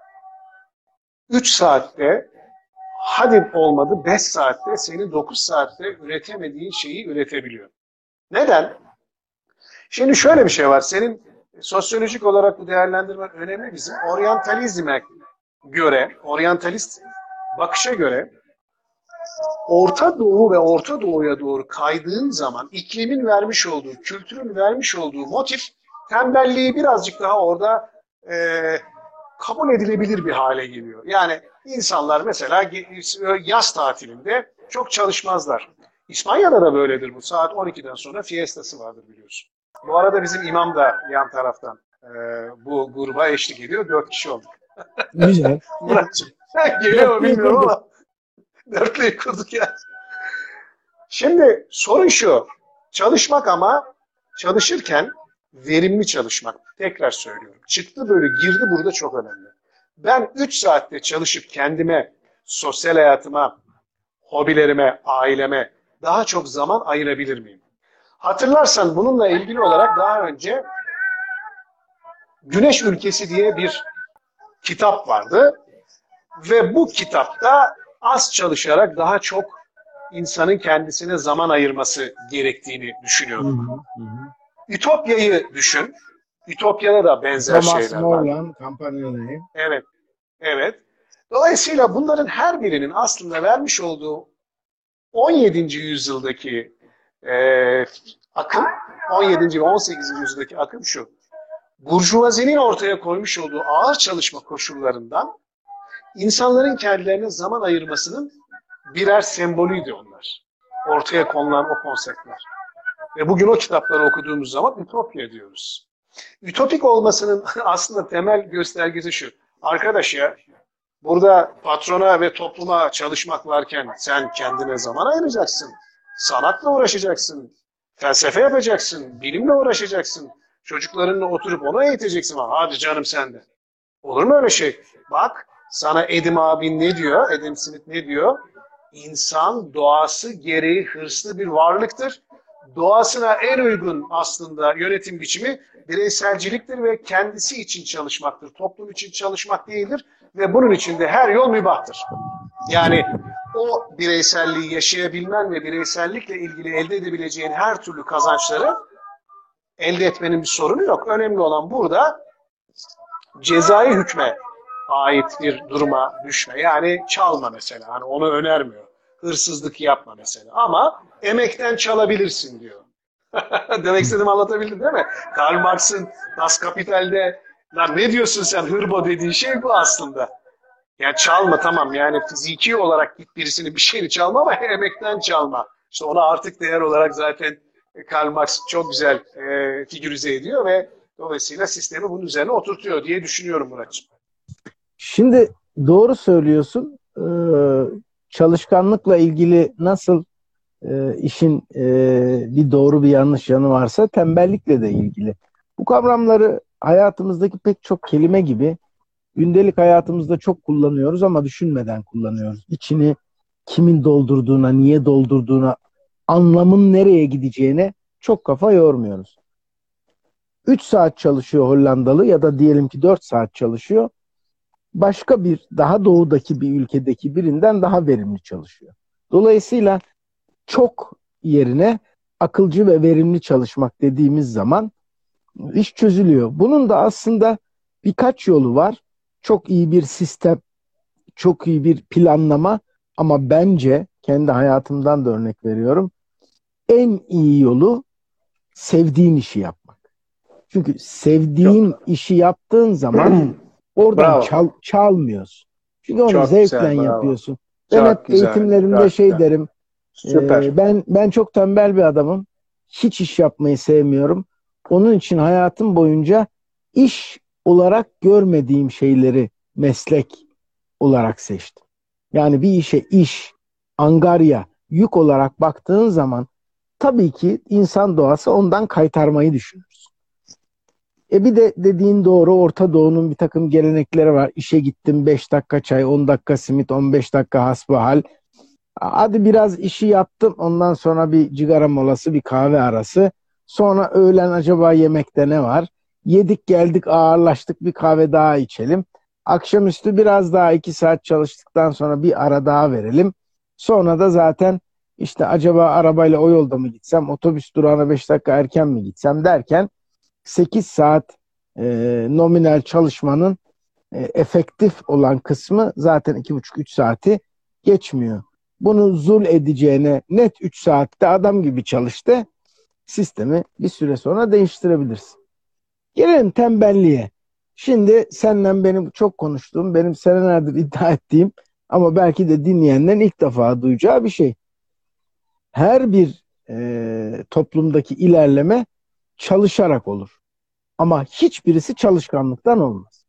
üç saatte, hadi olmadı beş saatte, seni dokuz saatte üretemediğin şeyi üretebiliyor. Neden? Şimdi şöyle bir şey var. Senin sosyolojik olarak bu değerlendirmen önemli bizim. Oryantalizme göre, oryantalist bakışa göre Orta Doğu ve Orta Doğu'ya doğru kaydığın zaman iklimin vermiş olduğu, kültürün vermiş olduğu motif tembelliği birazcık daha orada e, kabul edilebilir bir hale geliyor. Yani insanlar mesela yaz tatilinde çok çalışmazlar. İspanya'da da böyledir bu. Saat on ikiden sonra fiestası vardır biliyorsun. Bu arada bizim imam da yan taraftan e, bu gruba eşlik ediyor. Dört kişi olduk. Güzel. Muratcığım. Geliyor mu bilmiyorum ama dörtlüyü kurduk ya. Şimdi sorun şu. Çalışmak ama çalışırken verimli çalışmak. Tekrar söylüyorum. Çıktı bölü girdi burada çok önemli. Ben üç saatte çalışıp kendime, sosyal hayatıma, hobilerime, aileme daha çok zaman ayırabilir miyim? Hatırlarsan bununla ilgili olarak daha önce Güneş Ülkesi diye bir kitap vardı. Ve bu kitapta az çalışarak daha çok insanın kendisine zaman ayırması gerektiğini düşünüyorum. Hı hı, hı. Ütopya'yı düşün. Ütopya'da da benzer Thomas şeyler var. Morlan, Campanelli. Evet, evet. Dolayısıyla bunların her birinin aslında vermiş olduğu on yedinci yüzyıldaki e, akım, on yedinci ve on sekizinci yüzyıldaki akım şu. Burjuvazinin ortaya koymuş olduğu ağır çalışma koşullarından insanların kendilerine zaman ayırmasının birer sembolüydü onlar. Ortaya konulan o konseptler. Ve bugün o kitapları okuduğumuz zaman ütopya diyoruz. Ütopik olmasının aslında temel göstergesi şu. Arkadaş ya, burada patrona ve topluma çalışmak varken sen kendine zaman ayıracaksın. Sanatla uğraşacaksın. Felsefe yapacaksın. Bilimle uğraşacaksın. Çocuklarınla oturup onu eğiteceksin. Hadi canım sen de. Olur mu öyle şey? Bak sana Edim abin ne diyor? Adam Smith ne diyor? İnsan doğası gereği hırslı bir varlıktır. Doğasına en uygun aslında yönetim biçimi bireyselciliktir ve kendisi için çalışmaktır. Toplum için çalışmak değildir ve bunun için de her yol mübahtır. Yani o bireyselliği yaşayabilmen ve bireysellikle ilgili elde edebileceğin her türlü kazançları elde etmenin bir sorunu yok. Önemli olan burada cezai hükme ait bir duruma düşme. Yani çalma mesela. Hani onu önermiyor. Hırsızlık yapma mesela. Ama emekten çalabilirsin diyor. Demek istediğimi anlatabildim değil mi? Karl Marx'ın Das Kapital'de lan ne diyorsun sen hırbo dediği şey bu aslında. Yani çalma tamam yani fiziki olarak git birisinin bir şeyini çalma ama emekten çalma. İşte ona artık değer olarak zaten Karl Marx çok güzel e, figürize ediyor ve dolayısıyla sistemi bunun üzerine oturtuyor diye düşünüyorum Muratçığım. Şimdi doğru söylüyorsun. Ee, çalışkanlıkla ilgili nasıl e, işin e, bir doğru bir yanlış yanı varsa tembellikle de ilgili. Bu kavramları hayatımızdaki pek çok kelime gibi gündelik hayatımızda çok kullanıyoruz ama düşünmeden kullanıyoruz. İçini kimin doldurduğuna, niye doldurduğuna, anlamın nereye gideceğine çok kafa yormuyoruz. üç saat çalışıyor Hollandalı ya da diyelim ki dört saat çalışıyor. Başka bir daha doğudaki bir ülkedeki birinden daha verimli çalışıyor. Dolayısıyla çok yerine akılcı ve verimli çalışmak dediğimiz zaman iş çözülüyor. Bunun da aslında birkaç yolu var. Çok iyi bir sistem, çok iyi bir planlama ama bence kendi hayatımdan da örnek veriyorum. En iyi yolu sevdiğin işi yapmak. Çünkü sevdiğin çok. işi yaptığın zaman oradan çal, çalmıyorsun. Çünkü onu çok zevkle güzel, yapıyorsun. Ben çok hep güzel, eğitimlerimde şey güzel. derim. Süper. E, ben ben çok tembel bir adamım. Hiç iş yapmayı sevmiyorum. Onun için hayatım boyunca iş olarak görmediğim şeyleri meslek olarak seçtim. Yani bir işe iş, angarya, yük olarak baktığın zaman tabii ki insan doğası ondan kaytarmayı düşünürüz. E bir de dediğin doğru, Orta Doğu'nun bir takım gelenekleri var. İşe gittim beş dakika çay, on dakika simit, on beş dakika hasbihal. Hadi biraz işi yaptım. Ondan sonra bir cigara molası, bir kahve arası. Sonra öğlen acaba yemekte ne var? Yedik geldik ağırlaştık bir kahve daha içelim. Akşamüstü biraz daha iki saat çalıştıktan sonra bir ara daha verelim. Sonra da zaten işte acaba arabayla o yolda mı gitsem, otobüs durağına beş dakika erken mi gitsem derken sekiz saat e, nominal çalışmanın e, efektif olan kısmı zaten iki buçuk üç saati geçmiyor. Bunu zul edeceğine net üç saatte adam gibi çalıştı. Sistemi bir süre sonra değiştirebilirsin. Gelelim tembelliğe. Şimdi seninle benim çok konuştuğum, benim senelerdir iddia ettiğim ama belki de dinleyenlerin ilk defa duyacağı bir şey. Her bir e, toplumdaki ilerleme çalışarak olur. Ama hiçbirisi çalışkanlıktan olmaz.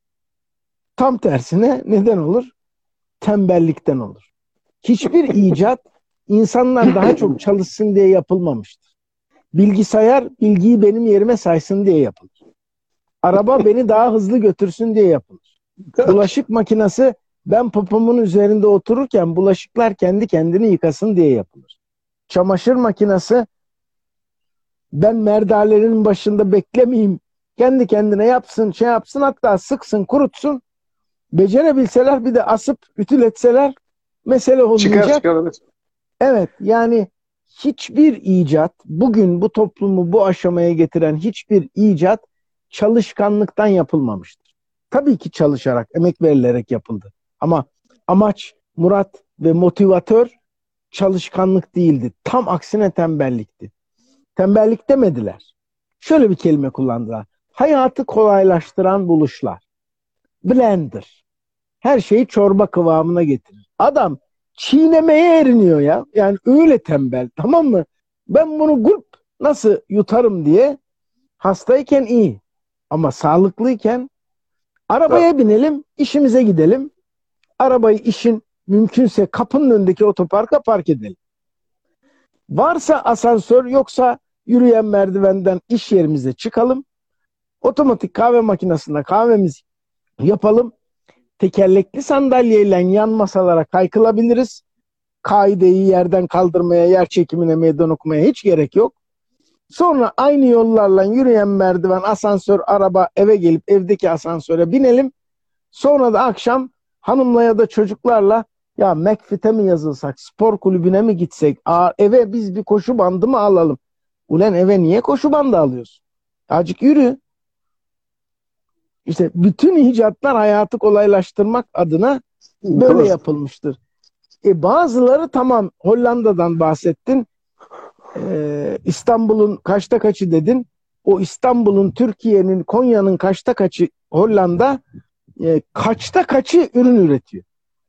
Tam tersine neden olur? Tembellikten olur. Hiçbir icat insanlar daha çok çalışsın diye yapılmamıştır. Bilgisayar bilgiyi benim yerime saysın diye yapılır. Araba beni daha hızlı götürsün diye yapılır. Bulaşık makinesi ben popomun üzerinde otururken bulaşıklar kendi kendini yıkasın diye yapılır. Çamaşır makinesi ben merdalerin başında beklemeyeyim, kendi kendine yapsın, şey yapsın, hatta sıksın, kurutsun. Becerebilseler bir de asıp ütületseler mesele olmayacak. Çıkar, evet, yani hiçbir icat, bugün bu toplumu bu aşamaya getiren hiçbir icat çalışkanlıktan yapılmamıştır. Tabii ki çalışarak, emek verilerek yapıldı. Ama amaç, murat ve motivatör çalışkanlık değildi. Tam aksine tembellikti. Tembellik demediler. Şöyle bir kelime kullandılar. Hayatı kolaylaştıran buluşlar. Blender. Her şeyi çorba kıvamına getirir. Adam çiğnemeye eriniyor ya. Yani öyle tembel, tamam mı? Ben bunu gulp nasıl yutarım diye hastayken iyi. Ama sağlıklıyken arabaya binelim, işimize gidelim. Arabayı işin mümkünse kapının önündeki otoparka park edelim. Varsa asansör, yoksa yürüyen merdivenden iş yerimize çıkalım. Otomatik kahve makinesinde kahvemizi yapalım. Tekerlekli sandalyeyle yan masalara kaykılabiliriz. Kaideyi yerden kaldırmaya, yer çekimine meydan okumaya hiç gerek yok. Sonra aynı yollarla yürüyen merdiven, asansör, araba, eve gelip evdeki asansöre binelim. Sonra da akşam hanımla ya da çocuklarla ya McFit'e mi yazılsak, spor kulübüne mi gitsek, aa, eve biz bir koşu bandı mı alalım? Ulan eve niye koşu bandı alıyorsun? Azıcık yürü. İşte bütün icatlar hayatı kolaylaştırmak adına böyle yapılmıştır. E bazıları tamam, Hollanda'dan bahsettin. Ee, İstanbul'un kaçta kaçı dedin. O İstanbul'un, Türkiye'nin, Konya'nın kaçta kaçı Hollanda, e, kaçta kaçı ürün üretiyor.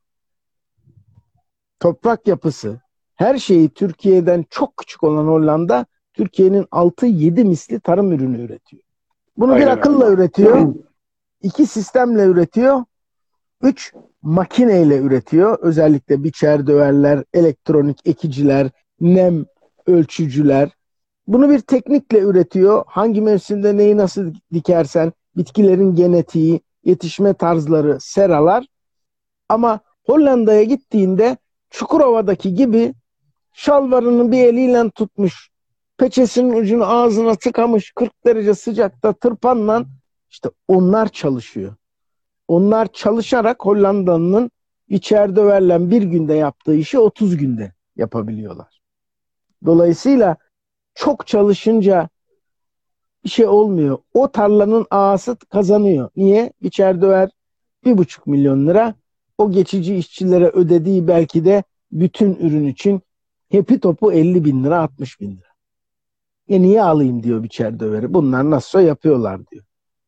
Toprak yapısı, her şeyi Türkiye'den çok küçük olan Hollanda, Türkiye'nin altı yedi misli tarım ürünü üretiyor. Bunu Aynen bir akılla öyle. üretiyor. iki sistemle üretiyor. Üç makineyle üretiyor. Özellikle biçer döverler, elektronik ekiciler, nem ölçücüler. Bunu bir teknikle üretiyor. Hangi mevsimde neyi nasıl dikersen, bitkilerin genetiği, yetişme tarzları, seralar. Ama Hollanda'ya gittiğinde Çukurova'daki gibi şalvarını bir eliyle tutmuş, peçesinin ucunu ağzına tıkamış, kırk derece sıcakta tırpanla, işte onlar çalışıyor. Onlar çalışarak Hollanda'nın biçer döverle bir günde yaptığı işi otuz günde yapabiliyorlar. Dolayısıyla çok çalışınca bir şey olmuyor. O tarlanın ağası kazanıyor. Niye? Biçer döver bir buçuk milyon lira. O geçici işçilere ödediği belki de bütün ürün için hepi topu elli bin lira, altmış bin lira. E niye alayım diyor biçer döveri. Bunlar nasılsa yapıyorlar diyor.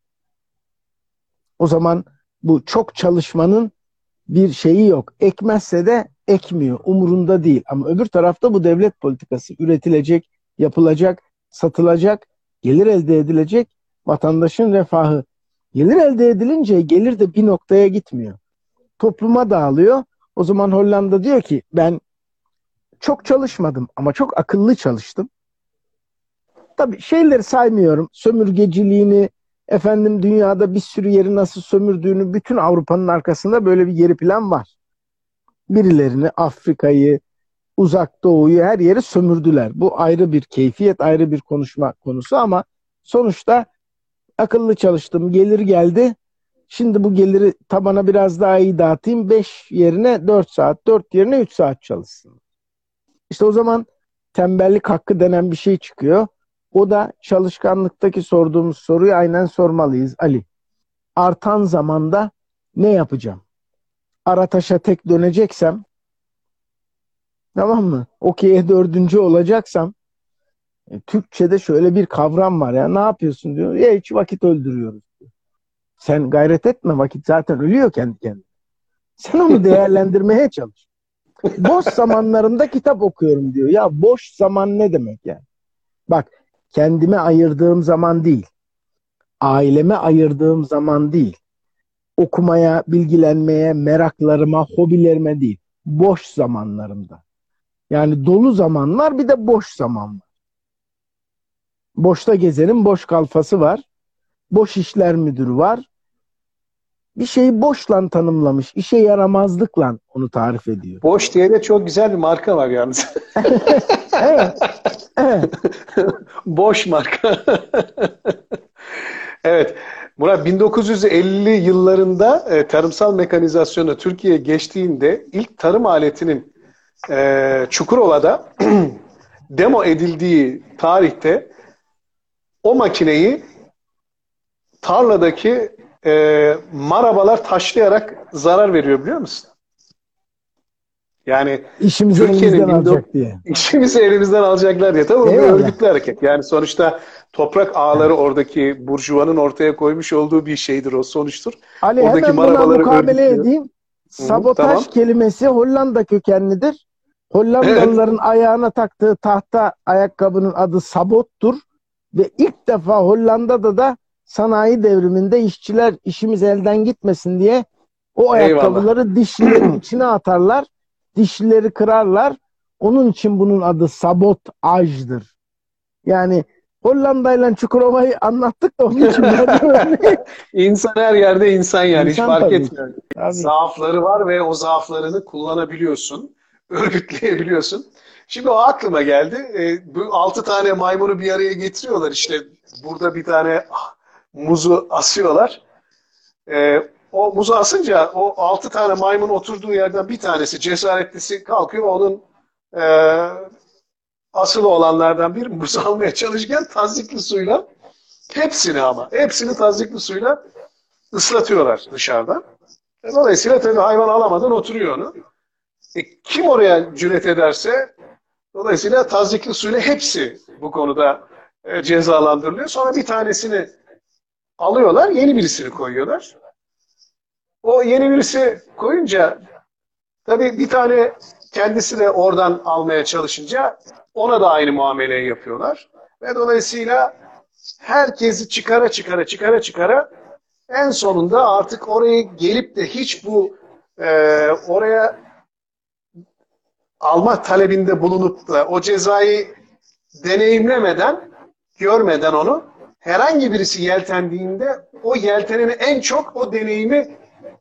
O zaman bu çok çalışmanın bir şeyi yok. Ekmezse de ekmiyor. Umurunda değil. Ama öbür tarafta bu devlet politikası. Üretilecek, yapılacak, satılacak, gelir elde edilecek, vatandaşın refahı. Gelir elde edilince gelir de bir noktaya gitmiyor. Topluma dağılıyor. O zaman Hollanda diyor ki ben çok çalışmadım ama çok akıllı çalıştım. Tabii şeyleri saymıyorum. Sömürgeciliğini, efendim dünyada bir sürü yeri nasıl sömürdüğünü, bütün Avrupa'nın arkasında böyle bir geri plan var. Birilerini, Afrika'yı, Uzak Doğu'yu, her yeri sömürdüler. Bu ayrı bir keyfiyet, ayrı bir konuşma konusu ama sonuçta akıllı çalıştım, gelir geldi. Şimdi bu geliri tabana biraz daha iyi dağıtayım. beş yerine dört saat, dört yerine üç saat çalışsın. İşte o zaman tembellik hakkı denen bir şey çıkıyor. O da çalışkanlıktaki sorduğumuz soruyu aynen sormalıyız Ali. Artan zamanda ne yapacağım? Arataş'a tek döneceksem, tamam mı? Okey'e dördüncü olacaksam, e, Türkçe'de şöyle bir kavram var ya, ne yapıyorsun diyor. Ya hiç vakit öldürüyoruz diyor. Sen gayret etme, vakit zaten ölüyor kendi kendine. Sen onu değerlendirmeye çalış. Boş zamanlarımda kitap okuyorum diyor. Ya boş zaman ne demek yani? Bak, kendime ayırdığım zaman değil, aileme ayırdığım zaman değil, okumaya, bilgilenmeye, meraklarıma, hobilerime değil, boş zamanlarımda. Yani dolu zaman var, bir de boş zaman var. Boşta gezenin boş kalfası var. Boş işler müdürü var. Bir şeyi boşla tanımlamış, işe yaramazlıkla onu tarif ediyor. Boş diye de çok güzel bir marka var yalnız. Evet. Evet. Boş marka. Evet. Murat, bin dokuz yüz elli yıllarında e, tarımsal mekanizasyona Türkiye geçtiğinde ilk tarım aletinin e, Çukurova'da demo edildiği tarihte o makineyi tarladaki e, marabalar taşlayarak zarar veriyor, biliyor musun? Yani İşimizi elimizden alacak diye. İşimizi elimizden alacaklar diye. Tabii bu örgütlü hareket. Yani sonuçta toprak ağları oradaki burjuvanın ortaya koymuş olduğu bir şeydir, o sonuçtur. Ali, oradaki hemen buna mukabele örgütlüyor. edeyim. Sabotaj Hı, tamam. kelimesi Hollanda kökenlidir. Hollandalıların evet. ayağına taktığı tahta ayakkabının adı sabottur. Ve ilk defa Hollanda'da da sanayi devriminde işçiler işimiz elden gitmesin diye o ayakkabıları Eyvallah. dişlilerin içine atarlar. Dişlileri kırarlar. Onun için bunun adı sabotajdır. Yani Hollanda'yla Çukurova'yı anlattık da onun için verdim örneği. İnsan her yerde insan yani hiç İnsan fark tabii ki. etmiyor. Tabii. Zaafları var ve o zaaflarını kullanabiliyorsun, örgütleyebiliyorsun. Şimdi o aklıma geldi. E, bu altı tane maymunu bir araya getiriyorlar. İşte burada bir tane muzu asıyorlar. E, o muzu asınca o altı tane maymun oturduğu yerden bir tanesi cesaretlisi kalkıyor. Onun e, asılı olanlardan bir muz almaya çalışırken tazyikli suyla hepsini ama hepsini tazyikli suyla ıslatıyorlar dışarıda. E, Dolayısıyla tabii hayvan alamadan oturuyor onu. E, kim oraya cüret ederse dolayısıyla tazyikli suyla hepsi bu konuda e, cezalandırılıyor. Sonra bir tanesini alıyorlar, yeni birisini koyuyorlar. O yeni birisi koyunca tabii bir tane kendisi de oradan almaya çalışınca ona da aynı muameleyi yapıyorlar. Ve dolayısıyla herkesi çıkara çıkara çıkara çıkara en sonunda artık oraya gelip de hiç bu e, oraya alma talebinde bulunup da o cezayı deneyimlemeden, görmeden onu herhangi birisi yeltendiğinde o yelteneni en çok o deneyimi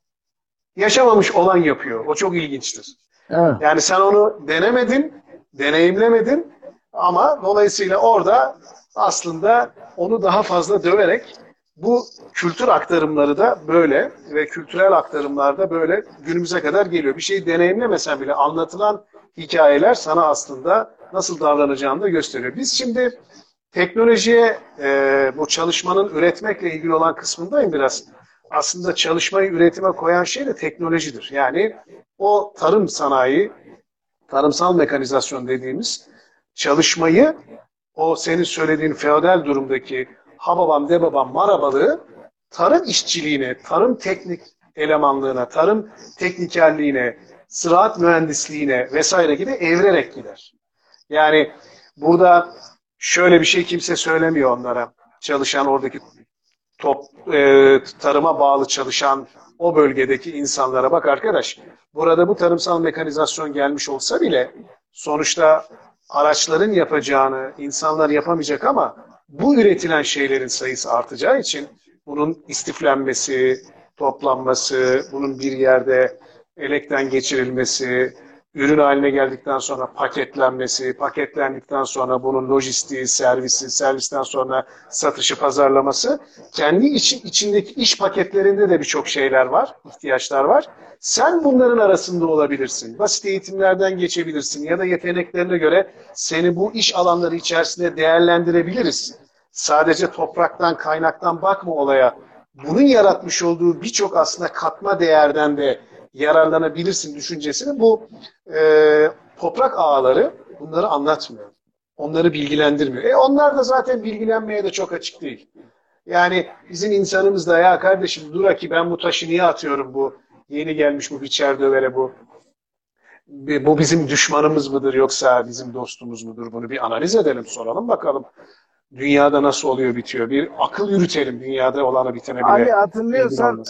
yaşamamış olan yapıyor. O çok ilginçtir. Evet. Yani sen onu denemedin, deneyimlemedin ama dolayısıyla orada aslında onu daha fazla döverek bu kültür aktarımları da böyle ve kültürel aktarımlar da böyle günümüze kadar geliyor. Bir şeyi deneyimlemesen bile anlatılan hikayeler sana aslında nasıl davranacağını da gösteriyor. Biz şimdi teknolojiye, e, bu çalışmanın üretmekle ilgili olan kısmındayım biraz. Aslında çalışmayı üretime koyan şey de teknolojidir. Yani o tarım sanayi, tarımsal mekanizasyon dediğimiz çalışmayı o senin söylediğin feodal durumdaki hababam, debabam, marabalığı tarım işçiliğine, tarım teknik elemanlığına, tarım teknikerliğine, ziraat mühendisliğine vesaire gibi evirerek gider. Yani burada şöyle bir şey kimse söylemiyor onlara. Çalışan oradaki top, e, tarıma bağlı çalışan o bölgedeki insanlara bak arkadaş, burada bu tarımsal mekanizasyon gelmiş olsa bile sonuçta araçların yapacağını insanlar yapamayacak ama bu üretilen şeylerin sayısı artacağı için bunun istiflenmesi, toplanması, bunun bir yerde elekten geçirilmesi, ürün haline geldikten sonra paketlenmesi, paketlendikten sonra bunun lojistiği, servisi, servisten sonra satışı, pazarlaması, kendi için, içindeki iş paketlerinde de birçok şeyler var, ihtiyaçlar var. Sen bunların arasında olabilirsin. Basit eğitimlerden geçebilirsin ya da yeteneklerine göre seni bu iş alanları içerisinde değerlendirebiliriz. Sadece topraktan, kaynaktan bakma olaya. Bunun yaratmış olduğu birçok aslında katma değerden de yararlanabilirsin düşüncesini bu e, toprak ağaları bunları anlatmıyor. Onları bilgilendirmiyor. E onlar da zaten bilgilenmeye de çok açık değil. Yani bizim insanımız da ya kardeşim dur ki ben bu taşı niye atıyorum bu yeni gelmiş bu biçer dövere bu. Bu bizim düşmanımız mıdır yoksa bizim dostumuz mudur? Bunu bir analiz edelim, soralım bakalım. Dünyada nasıl oluyor bitiyor? Bir akıl yürütelim dünyada olanı bitene bile. Ali hatırlıyorsan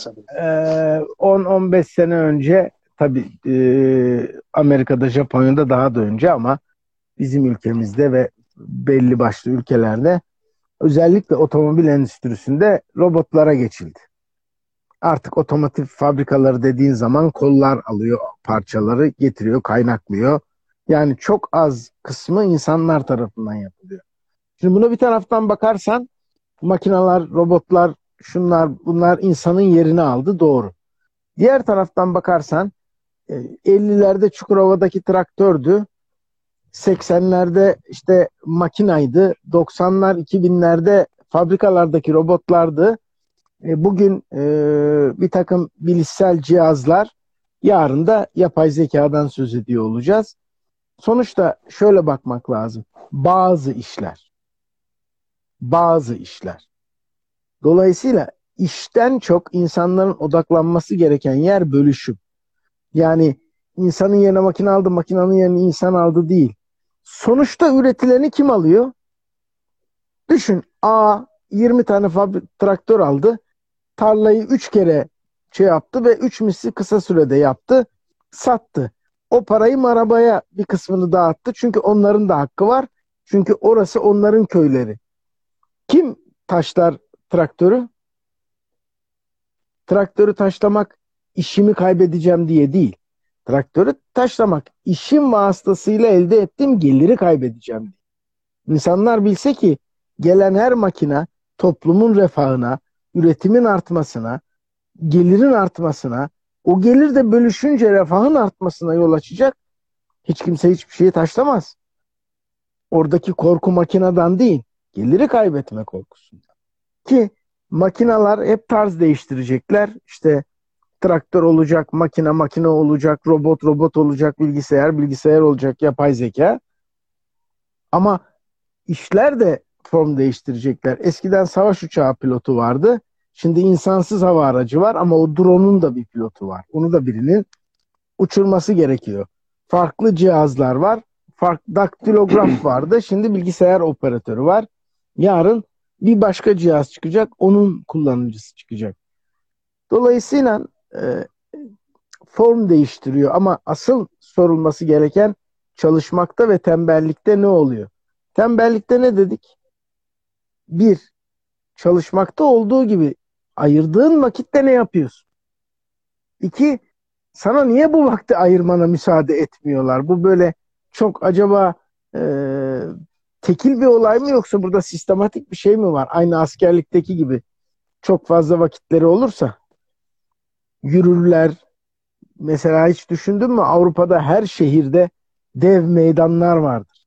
on on beş sene önce tabii e, Amerika'da, Japonya'da daha da önce ama bizim ülkemizde ve belli başlı ülkelerde özellikle otomobil endüstrisinde robotlara geçildi. Artık otomotiv fabrikaları dediğin zaman kollar alıyor parçaları, getiriyor, kaynaklıyor. Yani çok az kısmı insanlar tarafından yapılıyor. Şimdi buna bir taraftan bakarsan makineler, robotlar, şunlar bunlar insanın yerini aldı, doğru. Diğer taraftan bakarsan ellilerde Çukurova'daki traktördü. seksenlerde işte makinaydı. doksanlar, iki binlerde fabrikalardaki robotlardı. Bugün e, bir takım bilişsel cihazlar, yarın da yapay zekadan söz ediyor olacağız. Sonuçta şöyle bakmak lazım. Bazı işler, bazı işler. Dolayısıyla işten çok insanların odaklanması gereken yer bölüşüm. Yani insanın yerine makine aldı, makinenin yerine insan aldı değil. Sonuçta üretileni kim alıyor? Düşün, A yirmi tane fabri- traktör aldı. Tarlayı üç kere şey yaptı ve üç misli kısa sürede yaptı. Sattı. O parayı arabaya bir kısmını dağıttı. Çünkü onların da hakkı var. Çünkü orası onların köyleri. Kim taşlar traktörü? Traktörü taşlamak işimi kaybedeceğim diye değil. Traktörü taşlamak işim vasıtasıyla elde ettiğim geliri kaybedeceğim diye. İnsanlar bilse ki gelen her makine toplumun refahına, üretimin artmasına, gelirin artmasına, o gelir de bölüşünce refahın artmasına yol açacak. Hiç kimse hiçbir şeyi taşlamaz. Oradaki korku makineden değil, geliri kaybetme korkusundan. Ki makineler hep tarz değiştirecekler. İşte traktör olacak, makine makine olacak, robot robot olacak, bilgisayar bilgisayar olacak, yapay zeka. Ama işler de form değiştirecekler. Eskiden savaş uçağı pilotu vardı. Şimdi insansız hava aracı var ama o drone'un da bir pilotu var. Onu da birinin uçurması gerekiyor. Farklı cihazlar var. Farklı daktilograf vardı. Şimdi bilgisayar operatörü var. Yarın bir başka cihaz çıkacak. Onun kullanıcısı çıkacak. Dolayısıyla e, form değiştiriyor ama asıl sorulması gereken çalışmakta ve tembellikte ne oluyor? Tembellikte ne dedik? Bir, çalışmakta olduğu gibi ayırdığın vakitte ne yapıyorsun? İki, sana niye bu vakti ayırmana müsaade etmiyorlar? Bu böyle çok acaba e, tekil bir olay mı yoksa burada sistematik bir şey mi var? Aynı askerlikteki gibi çok fazla vakitleri olursa yürürler. Mesela hiç düşündün mü? Avrupa'da her şehirde dev meydanlar vardır.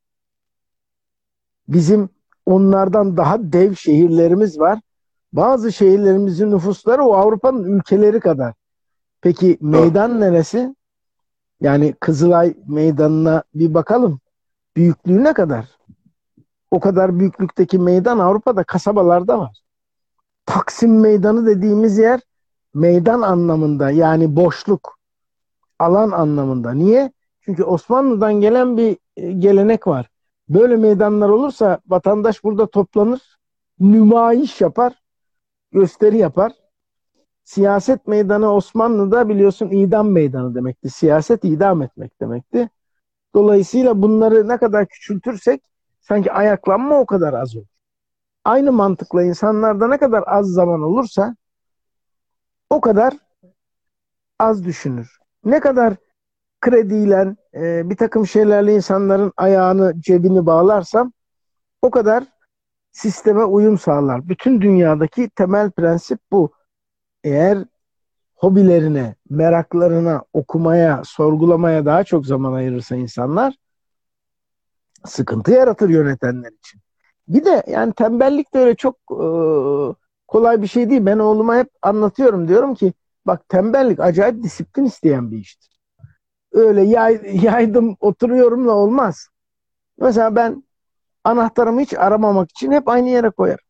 Bizim onlardan daha dev şehirlerimiz var. Bazı şehirlerimizin nüfusları o Avrupa'nın ülkeleri kadar. Peki meydan neresi? Yani Kızılay Meydanı'na bir bakalım. Büyüklüğü ne kadar? O kadar büyüklükteki meydan Avrupa'da kasabalarda var. Taksim Meydanı dediğimiz yer meydan anlamında, yani boşluk, alan anlamında. Niye? Çünkü Osmanlı'dan gelen bir e, gelenek var. Böyle meydanlar olursa vatandaş burada toplanır, nümayiş yapar, gösteri yapar. Siyaset meydanı Osmanlı'da biliyorsun idam meydanı demekti. Siyaset idam etmek demekti. Dolayısıyla bunları ne kadar küçültürsek sanki ayaklanma o kadar az olur. Aynı mantıkla insanlarda ne kadar az zaman olursa o kadar az düşünür. Ne kadar krediyle e, bir takım şeylerle insanların ayağını, cebini bağlarsam o kadar sisteme uyum sağlar. Bütün dünyadaki temel prensip bu. Eğer hobilerine, meraklarına, okumaya, sorgulamaya daha çok zaman ayırırsa insanlar sıkıntı yaratır yönetenler için. Bir de yani tembellik de öyle çok e, kolay bir şey değil. Ben oğluma hep anlatıyorum. Diyorum ki bak, tembellik acayip disiplin isteyen bir iştir. Öyle yay, yaydım oturuyorumla olmaz. Mesela ben anahtarımı hiç aramamak için hep aynı yere koyarım.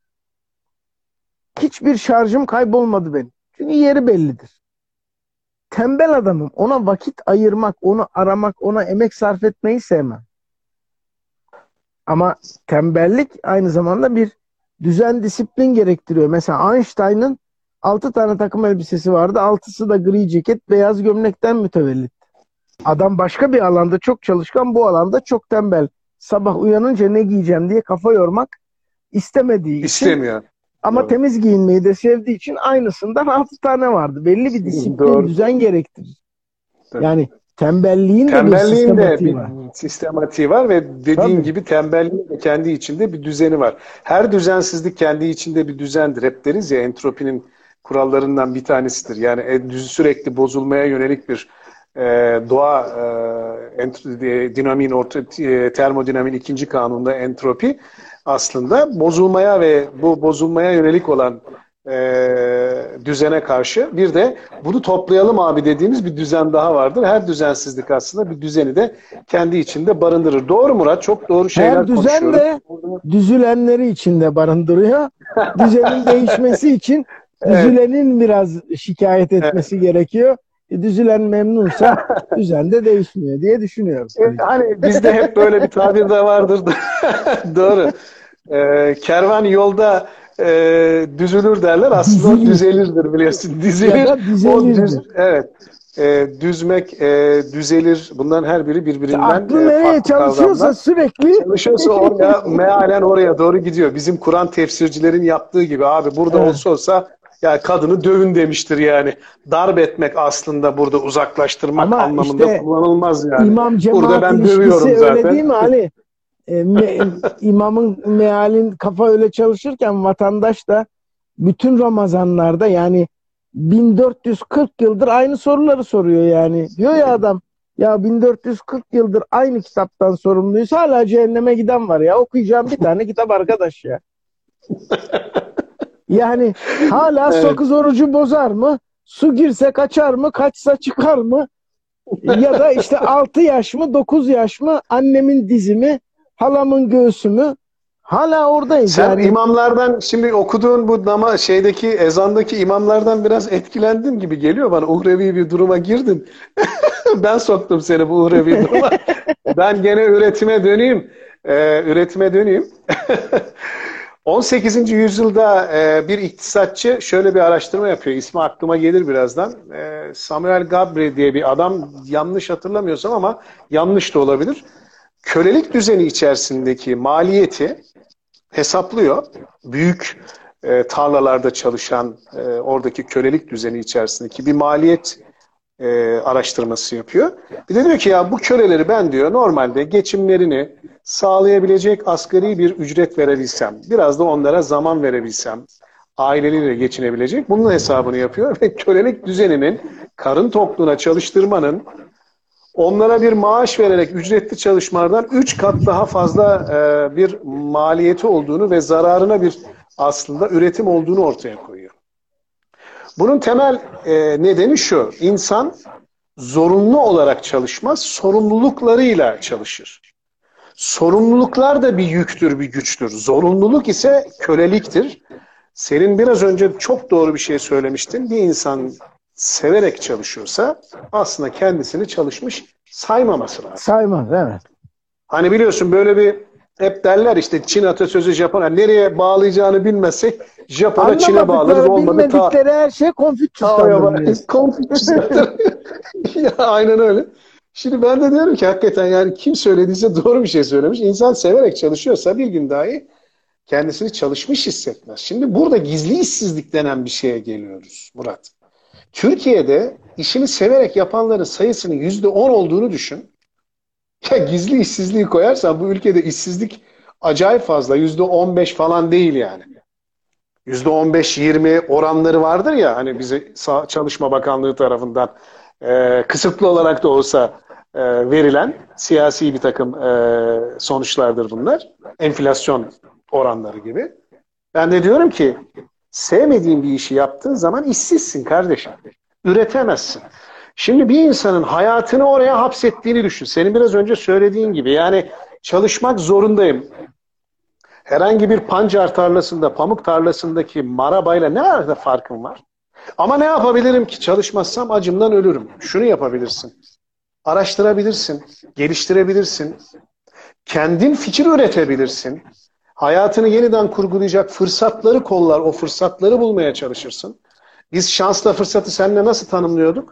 Hiçbir şarjım kaybolmadı benim. Çünkü yeri bellidir. Tembel adamım. Ona vakit ayırmak, onu aramak, ona emek sarf etmeyi sevmem. Ama tembellik aynı zamanda bir düzen, disiplin gerektiriyor. Mesela Einstein'ın altı tane takım elbisesi vardı. Altısı da gri ceket, beyaz gömlekten mütevellit. Adam başka bir alanda çok çalışkan, bu alanda çok tembel. Sabah uyanınca ne giyeceğim diye kafa yormak istemediği için. İstemiyor. Ama Doğru. temiz giyinmeyi de sevdiği için aynısından altı tane vardı. Belli bir disiplin, Doğru. düzen gerektirir. Tabii. Yani tembelliğin de bir Tembelliğin de sistematiği bir var. sistematiği var ve dediğin Tabii. gibi tembelliğin de kendi içinde bir düzeni var. Her düzensizlik kendi içinde bir düzendir. Hep deriz ya, entropinin kurallarından bir tanesidir. Yani e, düz- sürekli bozulmaya yönelik bir e, doğa e, ent- e, dinamiğin orta, e, termodinamiğin ikinci kanununda entropi aslında bozulmaya ve bu bozulmaya yönelik olan e, düzene karşı bir de bunu toplayalım abi dediğimiz bir düzen daha vardır. Her düzensizlik aslında bir düzeni de kendi içinde barındırır. Doğru Murat, çok doğru şeyler Her düzen konuşuyoruz. de düzülenleri içinde barındırıyor. Düzenin değişmesi için Evet. düzülenin biraz şikayet etmesi gerekiyor. E, düzülen memnunsa düzen de değişmiyor diye düşünüyorum. E, Hani bizde hep böyle bir tabir de vardır. Doğru. e, kervan yolda e, düzülür derler. Aslında o düzelirdir biliyorsun. Ya Dizilir. da O düz, düzelirdir. evet. E, düzmek, e, düzelir. Bunların her biri birbirinden Aklı e, nereye farklı çalışıyorsa kavramlar. sürekli Çalışıyorsa oraya, mealen oraya doğru gidiyor. Bizim Kur'an tefsircilerin yaptığı gibi abi burada evet. olsa olsa ya kadını dövün demiştir yani. Darp etmek aslında burada uzaklaştırmak Ama anlamında işte kullanılmaz yani. imam Burada cemaat ben ilişkisi dövüyorum öyle zaten. değil mi Ali? E, me, imamın mealin kafa öyle çalışırken vatandaş da bütün Ramazanlarda yani bin dört yüz kırk yıldır aynı soruları soruyor yani. Diyor ya adam ya bin dört yüz kırk yıldır aynı kitaptan sorumluyuz. Hala cehenneme giden var ya. Okuyacağım bir tane kitap arkadaş ya. Yani hala Evet. sakız orucu bozar mı? Su girse kaçar mı? Kaçsa çıkar mı? Ya da işte altı yaş mı? dokuz yaş mı? Annemin dizimi, halamın göğsü mü? Hala oradayız Sen yani. imamlardan şimdi okuduğun bu nama şeydeki ezandaki imamlardan biraz etkilendin gibi geliyor bana. Uhrevi bir duruma girdin. Ben soktum seni bu uhrevi duruma. Ben gene üretime döneyim. Ee, üretime döneyim. on sekizinci yüzyılda e, bir iktisatçı şöyle bir araştırma yapıyor. İsmi aklıma gelir birazdan. E, Samuel Gabri diye bir adam, yanlış hatırlamıyorsam ama yanlış da olabilir. Kölelik düzeni içerisindeki maliyeti hesaplıyor. Büyük e, tarlalarda çalışan e, oradaki kölelik düzeni içerisindeki bir maliyet e, araştırması yapıyor. Bir de diyor ki ya bu köleleri ben diyor normalde geçimlerini sağlayabilecek asgari bir ücret verebilsem, biraz da onlara zaman verebilsem, aileleriyle geçinebilecek bunun hesabını yapıyor ve kölelik düzeninin karın tokluğuna çalıştırmanın onlara bir maaş vererek ücretli çalışmalardan üç kat daha fazla e, bir maliyeti olduğunu ve zararına bir aslında üretim olduğunu ortaya koyuyor. Bunun temel e, nedeni şu: İnsan zorunlu olarak çalışmaz, sorumluluklarıyla çalışır. Sorumluluklar da bir yüktür, bir güçtür. Zorunluluk ise köleliktir. Senin biraz önce çok doğru bir şey söylemiştin. Bir insan severek çalışıyorsa aslında kendisini çalışmış saymaması lazım. Saymaz, evet. Hani biliyorsun böyle bir hep derler işte Çin atasözü Japon'a nereye bağlayacağını bilmezsek Japon'a Çin'e bağlarız, Anlamadıkları, olmadı ta bilmedikleri her şey Konfüçyüs'tandır diyor. Konfüçyüs'ten. Ya aynen öyle. Şimdi ben de diyorum ki hakikaten yani kim söylediyse doğru bir şey söylemiş. İnsan severek çalışıyorsa bir gün dahi kendisini çalışmış hissetmez. Şimdi burada gizli işsizlik denen bir şeye geliyoruz Murat. Türkiye'de işini severek yapanların sayısının yüzde on olduğunu düşün. Ya gizli işsizliği koyarsan bu ülkede işsizlik acayip fazla. Yüzde on beş falan değil yani. Yüzde on beş yirmi oranları vardır ya hani bize Çalışma Bakanlığı tarafından e, kısıtlı olarak da olsa e, verilen siyasi bir takım e, sonuçlardır bunlar. Enflasyon oranları gibi. Ben de diyorum ki sevmediğin bir işi yaptığın zaman işsizsin kardeşim. Üretemezsin. Şimdi bir insanın hayatını oraya hapsettiğini düşün. Senin biraz önce söylediğin gibi yani çalışmak zorundayım. Herhangi bir pancar tarlasında, pamuk tarlasındaki marabayla ne arada farkım var? Ama ne yapabilirim ki çalışmazsam acımdan ölürüm. Şunu yapabilirsin. Araştırabilirsin, geliştirebilirsin. Kendin fikir üretebilirsin. Hayatını yeniden kurgulayacak fırsatları kollar, o fırsatları bulmaya çalışırsın. Biz şansla fırsatı seninle nasıl tanımlıyorduk?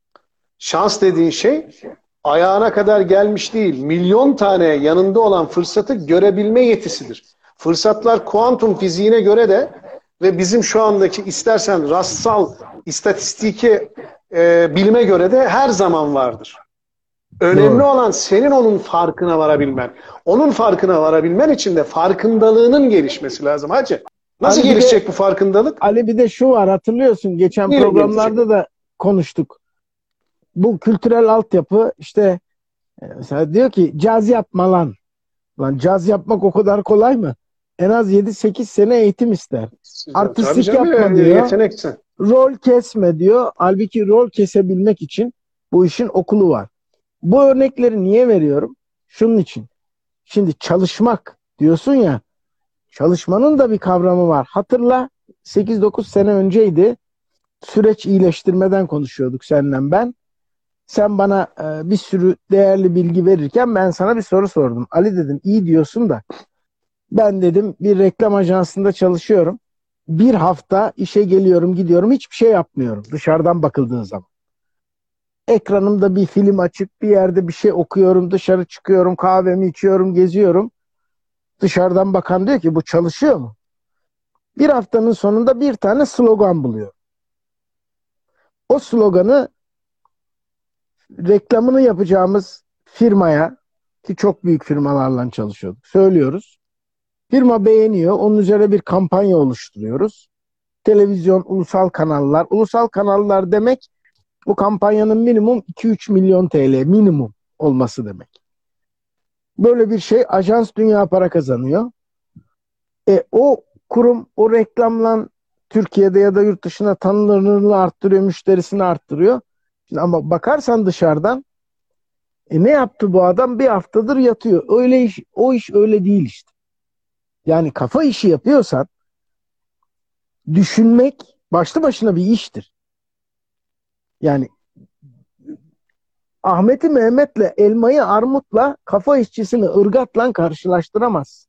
Şans dediğin şey ayağına kadar gelmiş değil, milyon tane yanında olan fırsatı görebilme yetisidir. Fırsatlar kuantum fiziğine göre de ve bizim şu andaki istersen rastsal, istatistiki e, bilime göre de her zaman vardır. Önemli Doğru. olan senin onun farkına varabilmen. Onun farkına varabilmen için de farkındalığının gelişmesi lazım hacı. Nasıl Ali bir gelişecek de, bu farkındalık? Ali bir de şu var, hatırlıyorsun geçen Neyle programlarda gelişecek? da konuştuk. Bu kültürel altyapı işte e, mesela diyor ki caz yapma lan. Lan caz yapmak o kadar kolay mı? En az yedi sekiz sene eğitim ister. Tabii Artistlik canım yapma ya, diyor. yeteneksin. Rol kesme diyor. Halbuki rol kesebilmek için bu işin okulu var. Bu örnekleri niye veriyorum? Şunun için. Şimdi çalışmak diyorsun ya, çalışmanın da bir kavramı var. Hatırla, sekiz dokuz sene önceydi. Süreç iyileştirmeden konuşuyorduk senden ben. Sen bana e, bir sürü değerli bilgi verirken ben sana bir soru sordum. Ali dedim iyi diyorsun da Ben dedim bir reklam ajansında çalışıyorum. Bir hafta işe geliyorum gidiyorum hiçbir şey yapmıyorum dışarıdan bakıldığı zaman. Ekranımda bir film açık, bir yerde bir şey okuyorum, dışarı çıkıyorum, kahvemi içiyorum, geziyorum. Dışarıdan bakan diyor ki bu çalışıyor mu? Bir haftanın sonunda bir tane slogan buluyor. O sloganı reklamını yapacağımız firmaya, ki çok büyük firmalarla çalışıyorduk, söylüyoruz. Firma beğeniyor, onun üzerine bir kampanya oluşturuyoruz. Televizyon, ulusal kanallar. Ulusal kanallar demek bu kampanyanın minimum iki üç milyon T L minimum olması demek. Böyle bir şey ajans dünya para kazanıyor. E, o kurum o reklamla Türkiye'de ya da yurt dışına tanınırlığını arttırıyor, müşterisini arttırıyor. Şimdi ama bakarsan dışarıdan e, ne yaptı bu adam? Bir haftadır yatıyor. Öyle iş, o iş öyle değil işte. Yani kafa işi yapıyorsan düşünmek başlı başına bir iştir. Yani Ahmet'i Mehmet'le, elmayı armutla, kafa işçisini ırgatla karşılaştıramaz.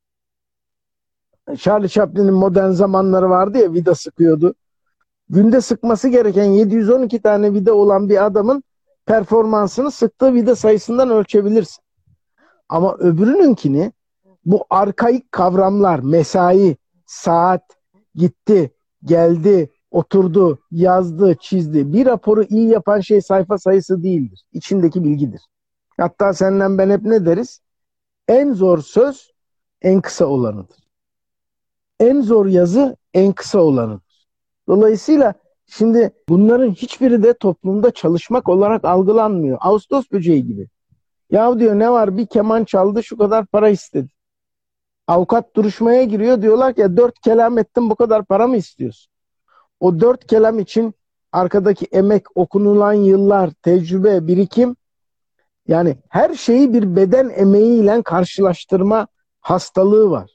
Charlie Chaplin'in Modern Zamanları vardı ya, vida sıkıyordu. Günde sıkması gereken yedi yüz on iki tane vida olan bir adamın performansını sıktığı vida sayısından ölçebilirsin. Ama öbürününkini bu arkaik kavramlar, mesai, saat, gitti, geldi, oturdu, yazdı, çizdi. Bir raporu iyi yapan şey sayfa sayısı değildir. İçindeki bilgidir. Hatta senden ben hep ne deriz? En zor söz en kısa olanıdır. En zor yazı en kısa olanıdır. Dolayısıyla şimdi bunların hiçbiri de toplumda çalışmak olarak algılanmıyor. Ağustos böceği gibi. Ya diyor ne var, bir keman çaldı şu kadar para istedi. Avukat duruşmaya giriyor, diyorlar ki ya dört kelam ettin bu kadar para mı istiyorsun? O dört kelam için arkadaki emek, okunulan yıllar, tecrübe, birikim, yani her şeyi bir beden emeğiyle karşılaştırma hastalığı var.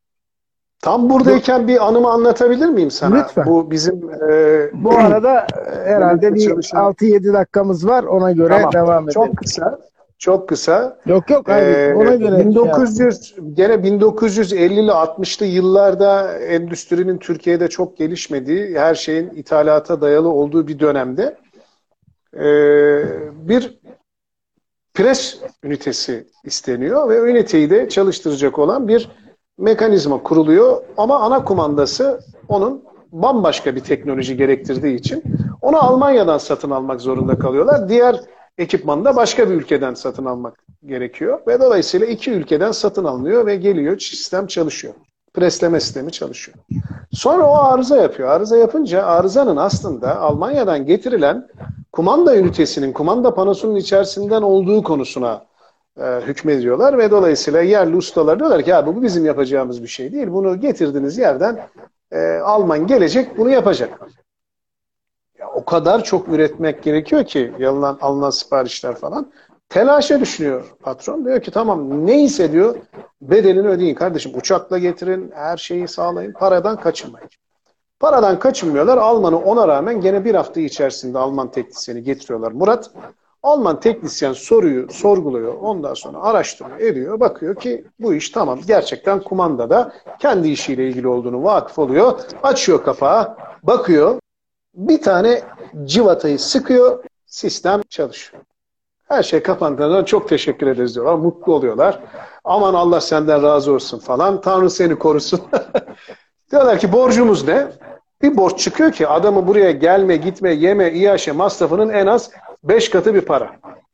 Tam buradayken bir anımı anlatabilir miyim sana? Lütfen. Bu bizim e, Bu arada herhalde bir çalışan... altı yedi dakikamız var, ona göre Tamam. devam edelim. Çok kısa. Çok kısa. Yok yok hayır, Ee, ona göre bin dokuz yüz gene bin dokuz yüz ellili altmışlı yıllarda endüstrinin Türkiye'de çok gelişmediği, her şeyin ithalata dayalı olduğu bir dönemde e, bir pres ünitesi isteniyor ve üniteyi de çalıştıracak olan bir mekanizma kuruluyor ama ana kumandası onun bambaşka bir teknoloji gerektirdiği için onu Almanya'dan satın almak zorunda kalıyorlar. Diğer ekipmanı da başka bir ülkeden satın almak gerekiyor ve dolayısıyla iki ülkeden satın alınıyor ve geliyor, sistem çalışıyor. Presleme sistemi çalışıyor. Sonra o arıza yapıyor. Arıza yapınca arızanın aslında Almanya'dan getirilen kumanda ünitesinin, kumanda panosunun içerisinden olduğu konusuna e, hükmediyorlar ve dolayısıyla yerli ustalar diyorlar ki ya bu bizim yapacağımız bir şey değil. Bunu getirdiğiniz yerden e, Alman gelecek, bunu yapacak. Ya, o kadar çok üretmek gerekiyor ki yalınan, alınan siparişler falan. Telaşa düşünüyor patron. Diyor ki tamam neyse diyor bedelini ödeyin kardeşim. Uçakla getirin, her şeyi sağlayın. Paradan kaçınmayın. Paradan kaçınmıyorlar. Alman'ı ona rağmen gene bir hafta içerisinde Alman teknisyeni getiriyorlar. Murat, Alman teknisyen soruyu sorguluyor. Ondan sonra araştırıyor, ediyor. Bakıyor ki bu iş tamam. Gerçekten kumandada kendi işiyle ilgili olduğunu vakıf oluyor. Açıyor kapağı, bakıyor. Bir tane civatayı sıkıyor. Sistem çalışıyor. Her şey kapandığında çok teşekkür ederiz diyorlar. Mutlu oluyorlar. Aman Allah senden razı olsun falan. Tanrı seni korusun. Diyorlar ki borcumuz ne? Bir borç çıkıyor ki adamı buraya gelme, gitme, yeme, iaşe masrafının en az beş katı bir para.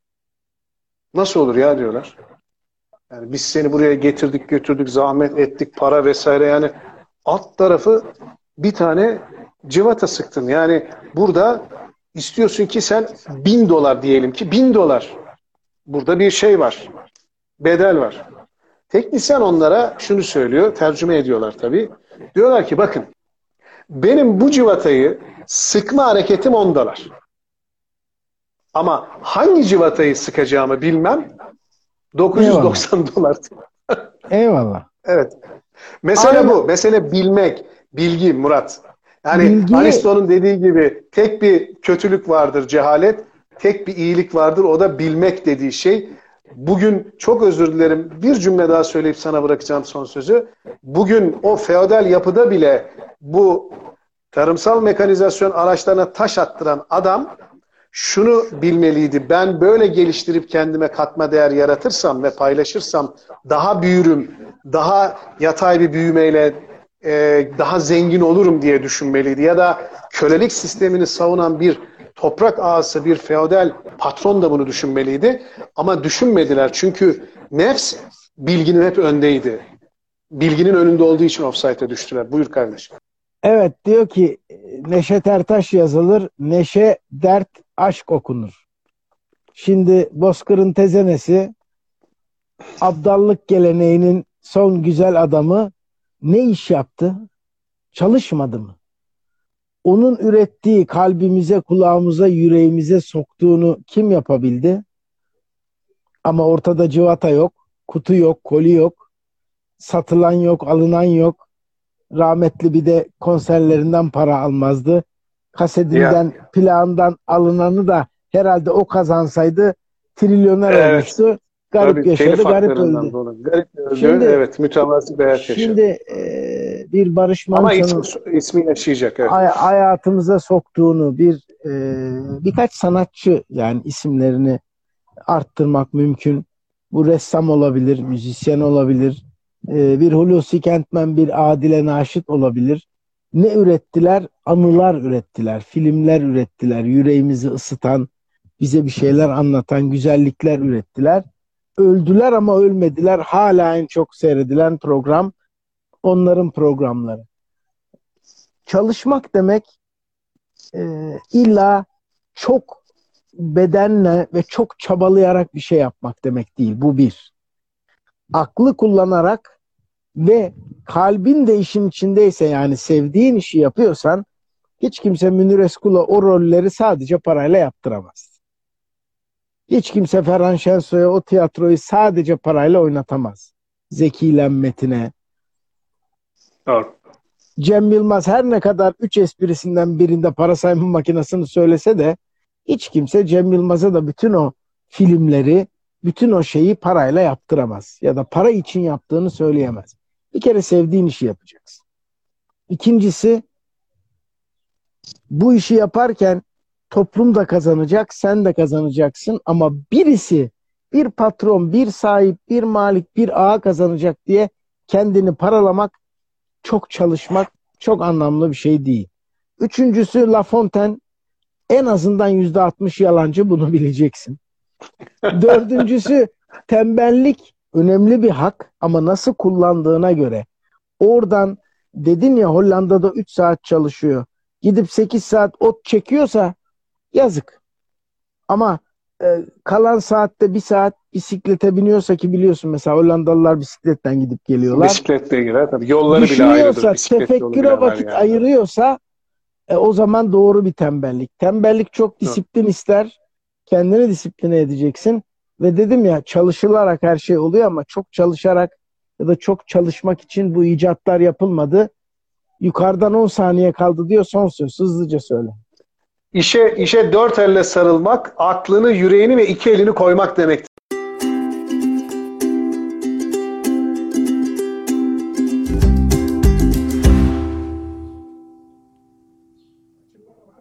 Nasıl olur ya diyorlar. Yani biz seni buraya getirdik, götürdük, zahmet ettik, para vesaire, yani alt tarafı bir tane cıvata sıktın. Yani burada istiyorsun ki sen bin dolar diyelim ki bin dolar. Burada bir şey var. Bedel var. Teknisyen onlara şunu söylüyor. Tercüme ediyorlar tabii. Diyorlar ki bakın benim bu civatayı sıkma hareketim on dolar. Ama hangi civatayı sıkacağımı bilmem dokuz yüz doksan dolar. Eyvallah. Evet. Mesele Aynen. bu. Mesele bilmek. Bilgi Murat. Yani Bilgi... Aristo'nun dediği gibi tek bir kötülük vardır cehalet. Tek bir iyilik vardır. O da bilmek dediği şey. bugün çok özür dilerim, bir cümle daha söyleyip sana bırakacağım son sözü. Bugün o feodal yapıda bile bu tarımsal mekanizasyon araçlarına taş attıran adam şunu bilmeliydi: ben böyle geliştirip kendime katma değer yaratırsam ve paylaşırsam daha büyürüm, daha yatay bir büyümeyle e, daha zengin olurum diye düşünmeliydi. Ya da kölelik sistemini savunan bir toprak ağası, bir feodal patron da bunu düşünmeliydi. Ama düşünmediler, çünkü nefs bilginin hep öndeydi. Bilginin önünde olduğu için ofsayta düştüler. Buyur kardeşim. Evet, diyor ki Neşet Ertaş yazılır, neşe, dert, aşk okunur. Şimdi Bozkır'ın tezenesi, abdallık geleneğinin son güzel adamı ne iş yaptı? Çalışmadı mı? Onun ürettiği, kalbimize, kulağımıza, yüreğimize soktuğunu kim yapabildi? Ama ortada cıvata yok, kutu yok, koli yok, satılan yok, alınan yok. Rahmetli bir de konserlerinden para almazdı. Kasetinden, Ya, plağından alınanı da herhalde o kazansaydı trilyoner evet. olmuştu. Garip Tabii, yaşadı, telif garip haklarından öldü. dolayı. Garip öldü. Şimdi Evet, mütevazi bir hayat şimdi yaşadı. e, bir Barış Ama ismi, Manço'nun ismi yaşayacak. Evet. hay- hayatımıza soktuğunu bir e, birkaç sanatçı, yani isimlerini arttırmak mümkün. Bu ressam olabilir, müzisyen olabilir, e, bir Hulusi Kentmen, bir Adile Naşit olabilir. Ne ürettiler? Anılar ürettiler, filmler ürettiler, yüreğimizi ısıtan, bize bir şeyler anlatan güzellikler ürettiler. Öldüler ama ölmediler. Hala en çok seyredilen program onların programları. Çalışmak demek e, illa çok bedenle ve çok çabalayarak bir şey yapmak demek değil. Bu bir. Aklı kullanarak ve kalbin de işin içindeyse, yani sevdiğin işi yapıyorsan, hiç kimse Münir Eskul'a o rolleri sadece parayla yaptıramaz. Hiç kimse Ferhan Şensoy'a o tiyatroyu sadece parayla oynatamaz. Zeki Metin'e. Doğru. Cem Yılmaz her ne kadar üç esprisinden birinde para sayma makinesini söylese de hiç kimse Cem Yılmaz'a da bütün o filmleri, bütün o şeyi parayla yaptıramaz. Ya da para için yaptığını söyleyemez. Bir kere sevdiğin işi yapacaksın. İkincisi, bu işi yaparken toplum da kazanacak, sen de kazanacaksın, ama birisi, bir patron, bir sahip, bir malik, bir ağa kazanacak diye kendini paralamak, çok çalışmak çok anlamlı bir şey değil. Üçüncüsü, La Fontaine en azından yüzde altmış yalancı, bunu bileceksin. Dördüncüsü, tembellik önemli bir hak ama nasıl kullandığına göre. Oradan, dedin ya, Hollanda'da üç saat çalışıyor. Gidip sekiz saat ot çekiyorsa yazık. Ama e, kalan saatte bir saat bisiklete biniyorsa, ki biliyorsun mesela Hollandalılar bisikletten gidip geliyorlar. Bisikletle girer tabii. Yolları bile Düşünüyorsa, ayrıdır. Bisiklet yolu bile tefekküre var vakit yani. ayırıyorsa, e, o zaman doğru bir tembellik. Tembellik çok disiplin ister. Kendini disipline edeceksin. Ve dedim ya, çalışılarak her şey oluyor ama çok çalışarak ya da çok çalışmak için bu icatlar yapılmadı. Yukarıdan on saniye kaldı diyor, son söz. Hızlıca söyle. İşe, işe dört elle sarılmak, aklını, yüreğini ve iki elini koymak demek.